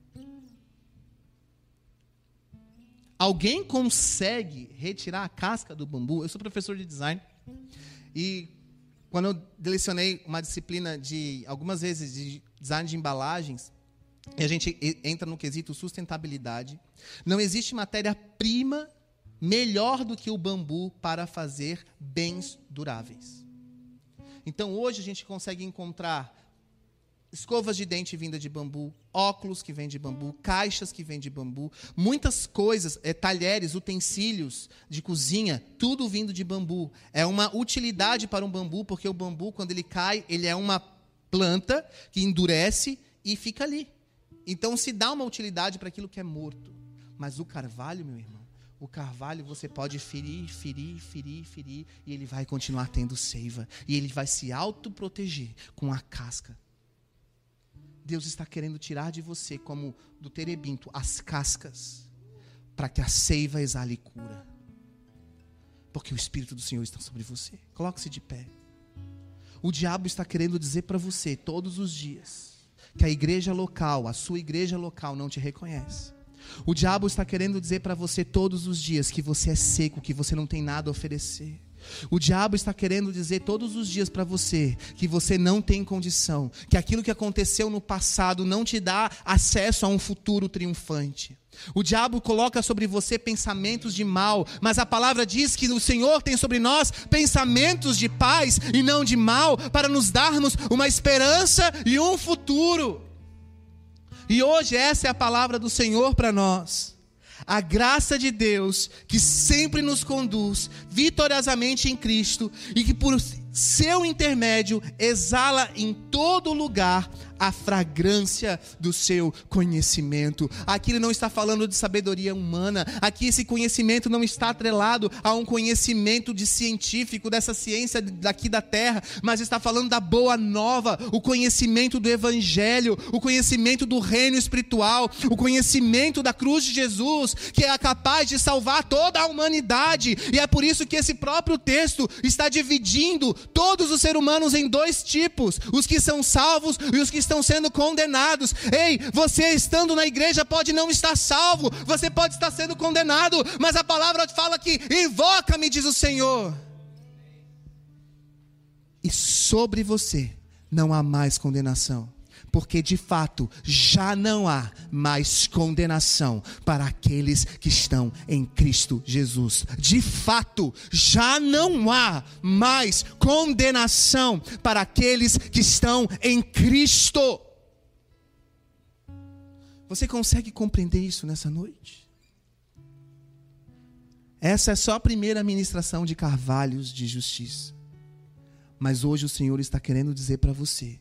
Alguém consegue retirar a casca do bambu? Eu sou professor de design e quando eu lecionei uma disciplina de, algumas vezes, de design de embalagens, e a gente entra no quesito sustentabilidade, não existe matéria-prima melhor do que o bambu para fazer bens duráveis. Então, hoje a gente consegue encontrar escovas de dente vinda de bambu, óculos que vêm de bambu, caixas que vêm de bambu, muitas coisas, é, talheres, utensílios de cozinha, tudo vindo de bambu. É uma utilidade para um bambu, porque o bambu, quando ele cai, ele é uma planta que endurece e fica ali. Então, se dá uma utilidade para aquilo que é morto. Mas o carvalho, meu irmão, o carvalho você pode ferir, ferir, ferir, ferir, e ele vai continuar tendo seiva. E ele vai se autoproteger com a casca. Deus está querendo tirar de você, como do terebinto, as cascas, para que a seiva exale cura. Porque o Espírito do Senhor está sobre você. Coloque-se de pé. O diabo está querendo dizer para você, todos os dias, que a igreja local, a sua igreja local não te reconhece. O diabo está querendo dizer para você todos os dias que você é seco, que você não tem nada a oferecer. O diabo está querendo dizer todos os dias para você que você não tem condição, que aquilo que aconteceu no passado não te dá acesso a um futuro triunfante. O diabo coloca sobre você pensamentos de mal, mas a palavra diz que o Senhor tem sobre nós pensamentos de paz e não de mal, para nos darmos uma esperança e um futuro. E hoje essa é a palavra do Senhor para nós. A graça de Deus que sempre nos conduz vitoriosamente em Cristo e que por seu intermédio exala em todo lugar a fragrância do seu conhecimento. Aqui ele não está falando de sabedoria humana. Aqui esse conhecimento não está atrelado a um conhecimento de científico, dessa ciência daqui da terra, mas está falando da boa nova, o conhecimento do evangelho, o conhecimento do reino espiritual, o conhecimento da cruz de Jesus, que é capaz de salvar toda a humanidade. E é por isso que esse próprio texto está dividindo todos os seres humanos em dois tipos: os que são salvos e os que estão sendo condenados. Ei, você estando na igreja pode não estar salvo, você pode estar sendo condenado, mas a palavra fala que invoca-me, diz o Senhor, e sobre você não há mais condenação. Porque de fato já não há mais condenação para aqueles que estão em Cristo Jesus. De fato já não há mais condenação para aqueles que estão em Cristo. Você consegue compreender isso nessa noite? Essa é só a primeira ministração de carvalhos de justiça. Mas hoje o Senhor está querendo dizer para você: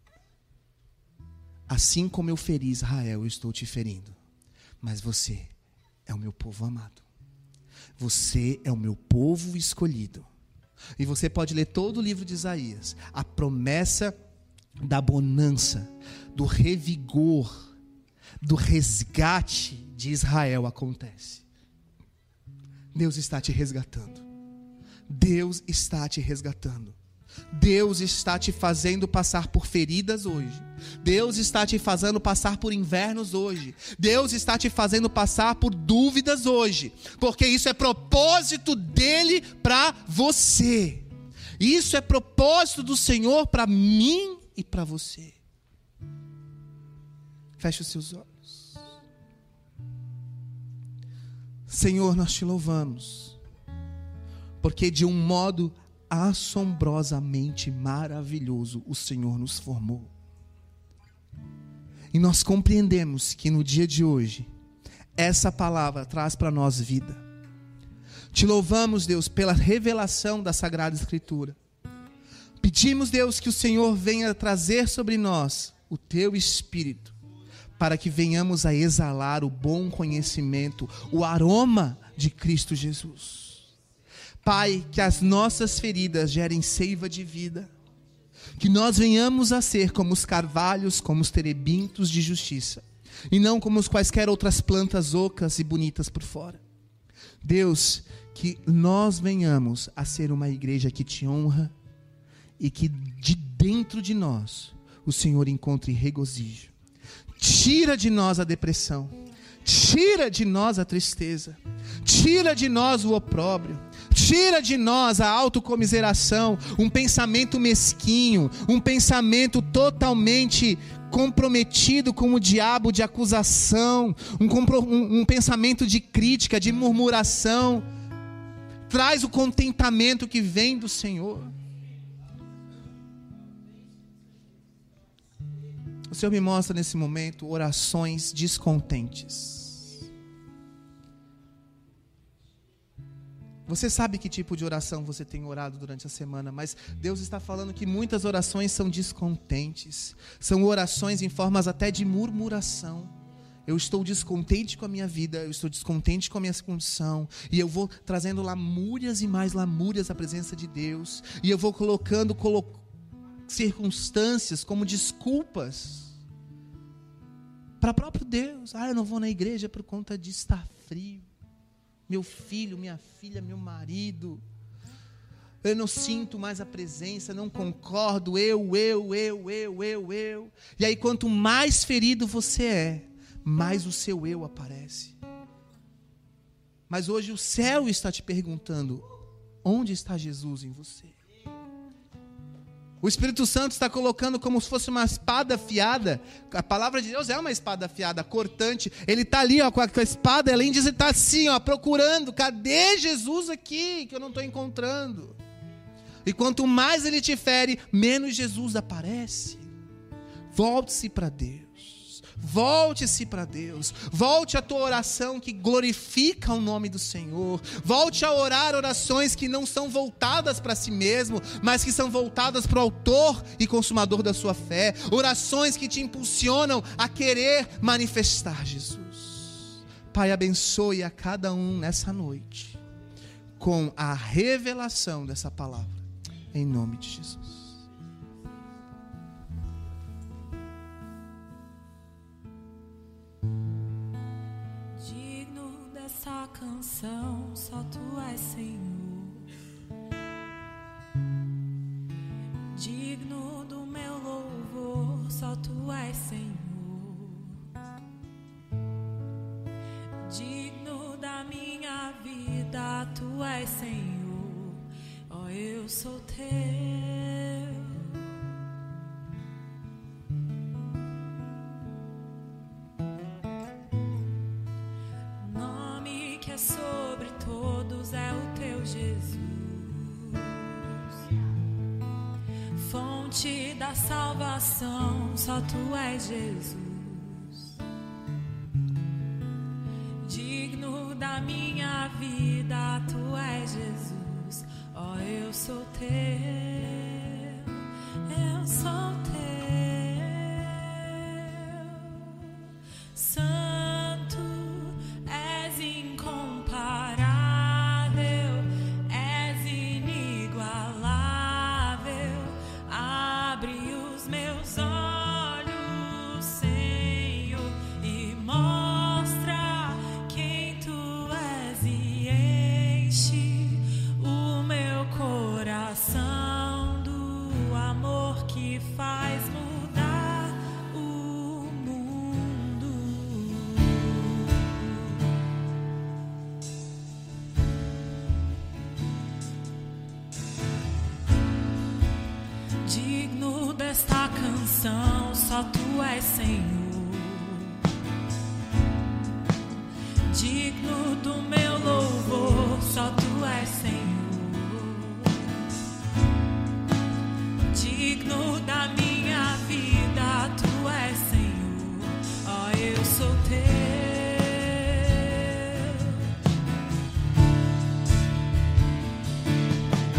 assim como eu feri Israel, eu estou te ferindo. Mas você é o meu povo amado. Você é o meu povo escolhido. E você pode ler todo o livro de Isaías. A promessa da bonança, do revigor, do resgate de Israel acontece. Deus está te resgatando. Deus está te resgatando. Deus está te fazendo passar por feridas hoje. Deus está te fazendo passar por invernos hoje. Deus está te fazendo passar por dúvidas hoje. Porque isso é propósito dele para você. Isso é propósito do Senhor para mim e para você. Feche os seus olhos. Senhor, nós te louvamos, porque de um modo assombrosamente maravilhoso o Senhor nos formou. E nós compreendemos que no dia de hoje essa palavra traz para nós vida. Te louvamos, Deus, pela revelação da Sagrada Escritura. Pedimos, Deus, que o Senhor venha trazer sobre nós o teu Espírito, para que venhamos a exalar o bom conhecimento, o aroma de Cristo Jesus. Pai, que as nossas feridas gerem seiva de vida, que nós venhamos a ser como os carvalhos, como os terebintos de justiça, e não como os quaisquer outras plantas ocas e bonitas por fora. Deus, que nós venhamos a ser uma igreja que te honra e que de dentro de nós o Senhor encontre regozijo. Tira de nós a depressão, tira de nós a tristeza, tira de nós o opróbrio, tira de nós a autocomiseração, um pensamento mesquinho, um pensamento totalmente comprometido com o diabo de acusação, um, um, um pensamento de crítica, de murmuração. Traz o contentamento que vem do Senhor. O Senhor me mostra nesse momento orações descontentes. Você sabe que tipo de oração você tem orado durante a semana, mas Deus está falando que muitas orações são descontentes. São orações em formas até de murmuração. Eu estou descontente com a minha vida, eu estou descontente com a minha condição, e eu vou trazendo lamúrias e mais lamúrias à presença de Deus, e eu vou colocando colo- circunstâncias como desculpas para o próprio Deus. Ah, eu não vou na igreja por conta de estar frio. Meu filho, minha filha, meu marido. Eu não sinto mais a presença, não concordo. Eu, eu, eu, eu, eu, eu. E aí, quanto mais ferido você é, mais o seu eu aparece. Mas hoje o céu está te perguntando: onde está Jesus em você? O Espírito Santo está colocando como se fosse uma espada afiada. A palavra de Deus é uma espada afiada, cortante. Ele está ali, ó, com a espada, além disso, ele está assim, ó, procurando. Cadê Jesus aqui, que eu não estou encontrando? E quanto mais ele te fere, menos Jesus aparece. Volte-se para Deus. Volte-se para Deus. Volte à tua oração que glorifica o nome do Senhor. Volte a orar orações que não são voltadas para si mesmo, mas que são voltadas para o autor e consumador da sua fé. Orações que te impulsionam a querer manifestar Jesus. Pai, abençoe a cada um nessa noite com a revelação dessa palavra, em nome de Jesus. Essa canção, só tu és Senhor, digno do meu louvor, só tu és Senhor, digno da minha vida, tu és Senhor, ó, eu sou teu. Sobre todos é o teu Jesus, fonte da salvação, só tu és Jesus, digno da minha vida, tu és Jesus, ó, eu sou teu, eu sou teu, Santo. Esta canção, só tu és Senhor, digno do meu louvor, só tu és Senhor, digno da minha vida, tu és Senhor, ó, eu sou teu.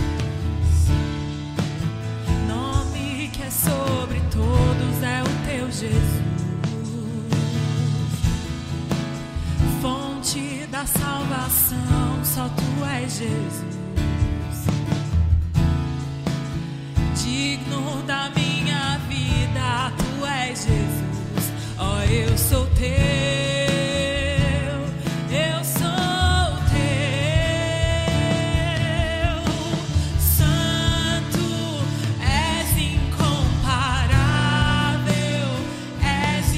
Sobre todos é o teu da salvação, só tu és Jesus. Digno da minha vida, tu és Jesus. Ó, oh, eu sou teu, eu sou teu. Santo, és incomparável, és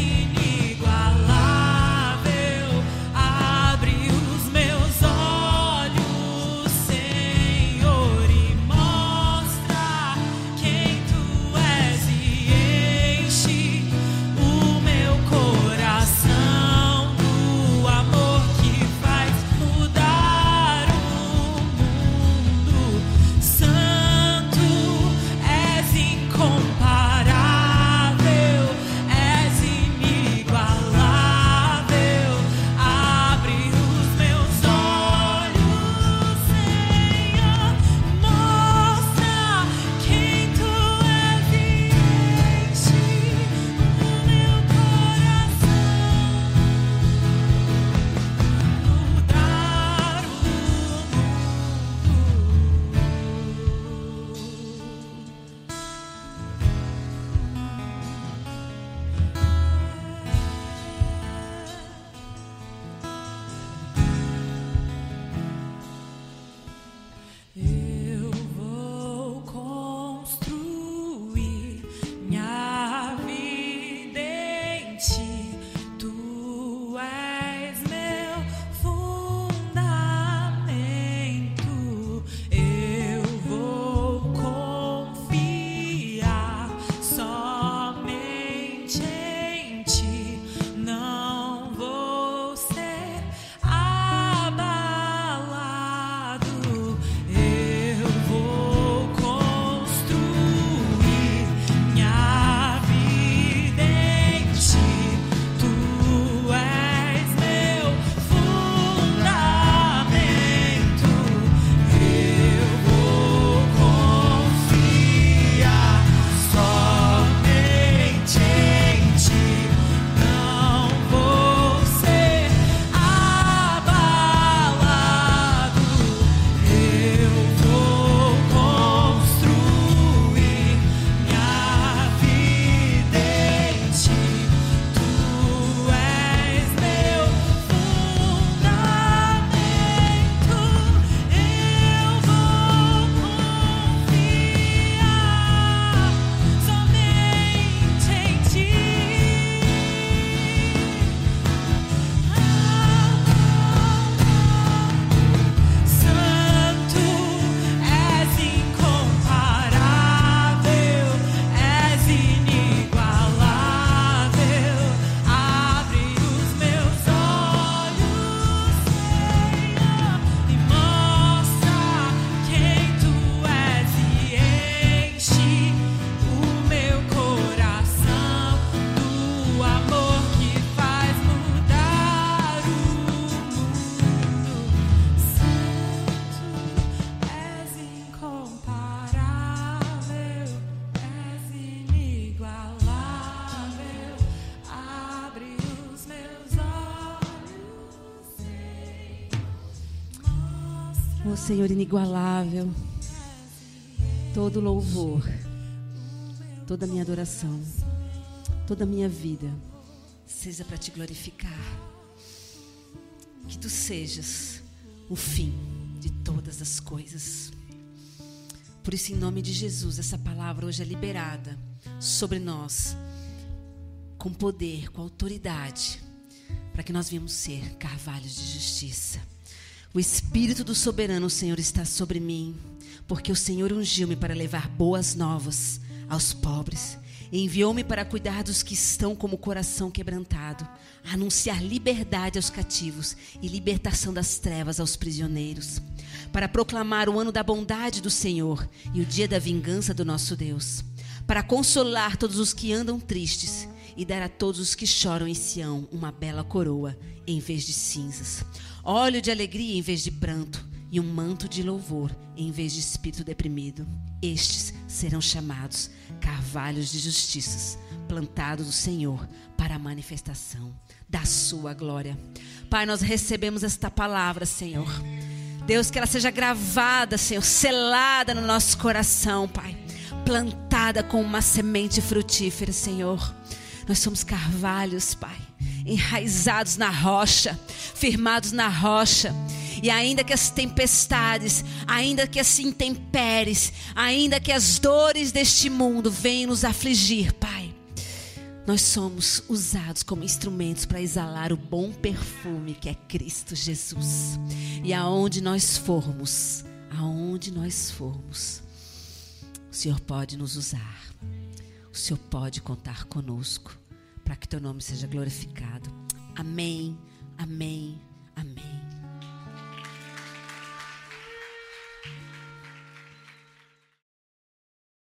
inigualável. Abre os meus olhos, Senhor, e mostra quem tu és e enche o meu coração do amor que faz mudar o mundo. Santo, és incomparável, és inigualável. Abre os meus olhos, Senhor, mostra quem tu és e enche o meu coração. Mudar o Eu vou construir minha vida em ti. Tu és meu fundamento. Eu vou confiar somente em ti. Não vou ser abalado. Eu vou construir minha vida em ti. Tu és meu fundamento. Eu vou confiar somente em ti. Não vou ser abalado. Eu vou construir minha vida em ti. Tu és meu fundamento. Eu vou confiar somente em ti. Santo, és incomparável, és inigualável. Abre os meus olhos, Senhor, e mostra quem tu és e enche o meu coração do amor que faz mudar o mundo. Santo, és incomparável, és inigualável. Abre os meus olhos, Senhor. Ó Senhor inigualável, todo louvor, toda a minha adoração, toda a minha vida seja para te glorificar. Que tu sejas o fim de todas as coisas. Por isso, em nome de Jesus, essa palavra hoje é liberada sobre nós, com poder, com autoridade, para que nós venhamos ser carvalhos de justiça. O Espírito do Soberano, Senhor, está sobre mim, porque o Senhor ungiu-me para levar boas novas aos pobres. Enviou-me para cuidar dos que estão com o coração quebrantado, anunciar liberdade aos cativos e libertação das trevas aos prisioneiros, para proclamar o ano da bondade do Senhor e o dia da vingança do nosso Deus, para consolar todos os que andam tristes e dar a todos os que choram em Sião uma bela coroa em vez de cinzas, óleo de alegria em vez de pranto e um manto de louvor em vez de espírito deprimido. Estes serão chamados carvalhos de justiça, plantado do Senhor para a manifestação da sua glória. Pai, nós recebemos esta palavra, Senhor. Deus, que ela seja gravada, Senhor, selada no nosso coração, Pai. Plantada com uma semente frutífera, Senhor. Nós somos carvalhos, Pai, enraizados na rocha, firmados na rocha. E ainda que as tempestades, ainda que as intempéries, ainda que as dores deste mundo venham nos afligir, Pai, nós somos usados como instrumentos para exalar o bom perfume que é Cristo Jesus. E aonde nós formos, aonde nós formos, o Senhor pode nos usar. O Senhor pode contar conosco para que teu nome seja glorificado. Amém, amém, amém.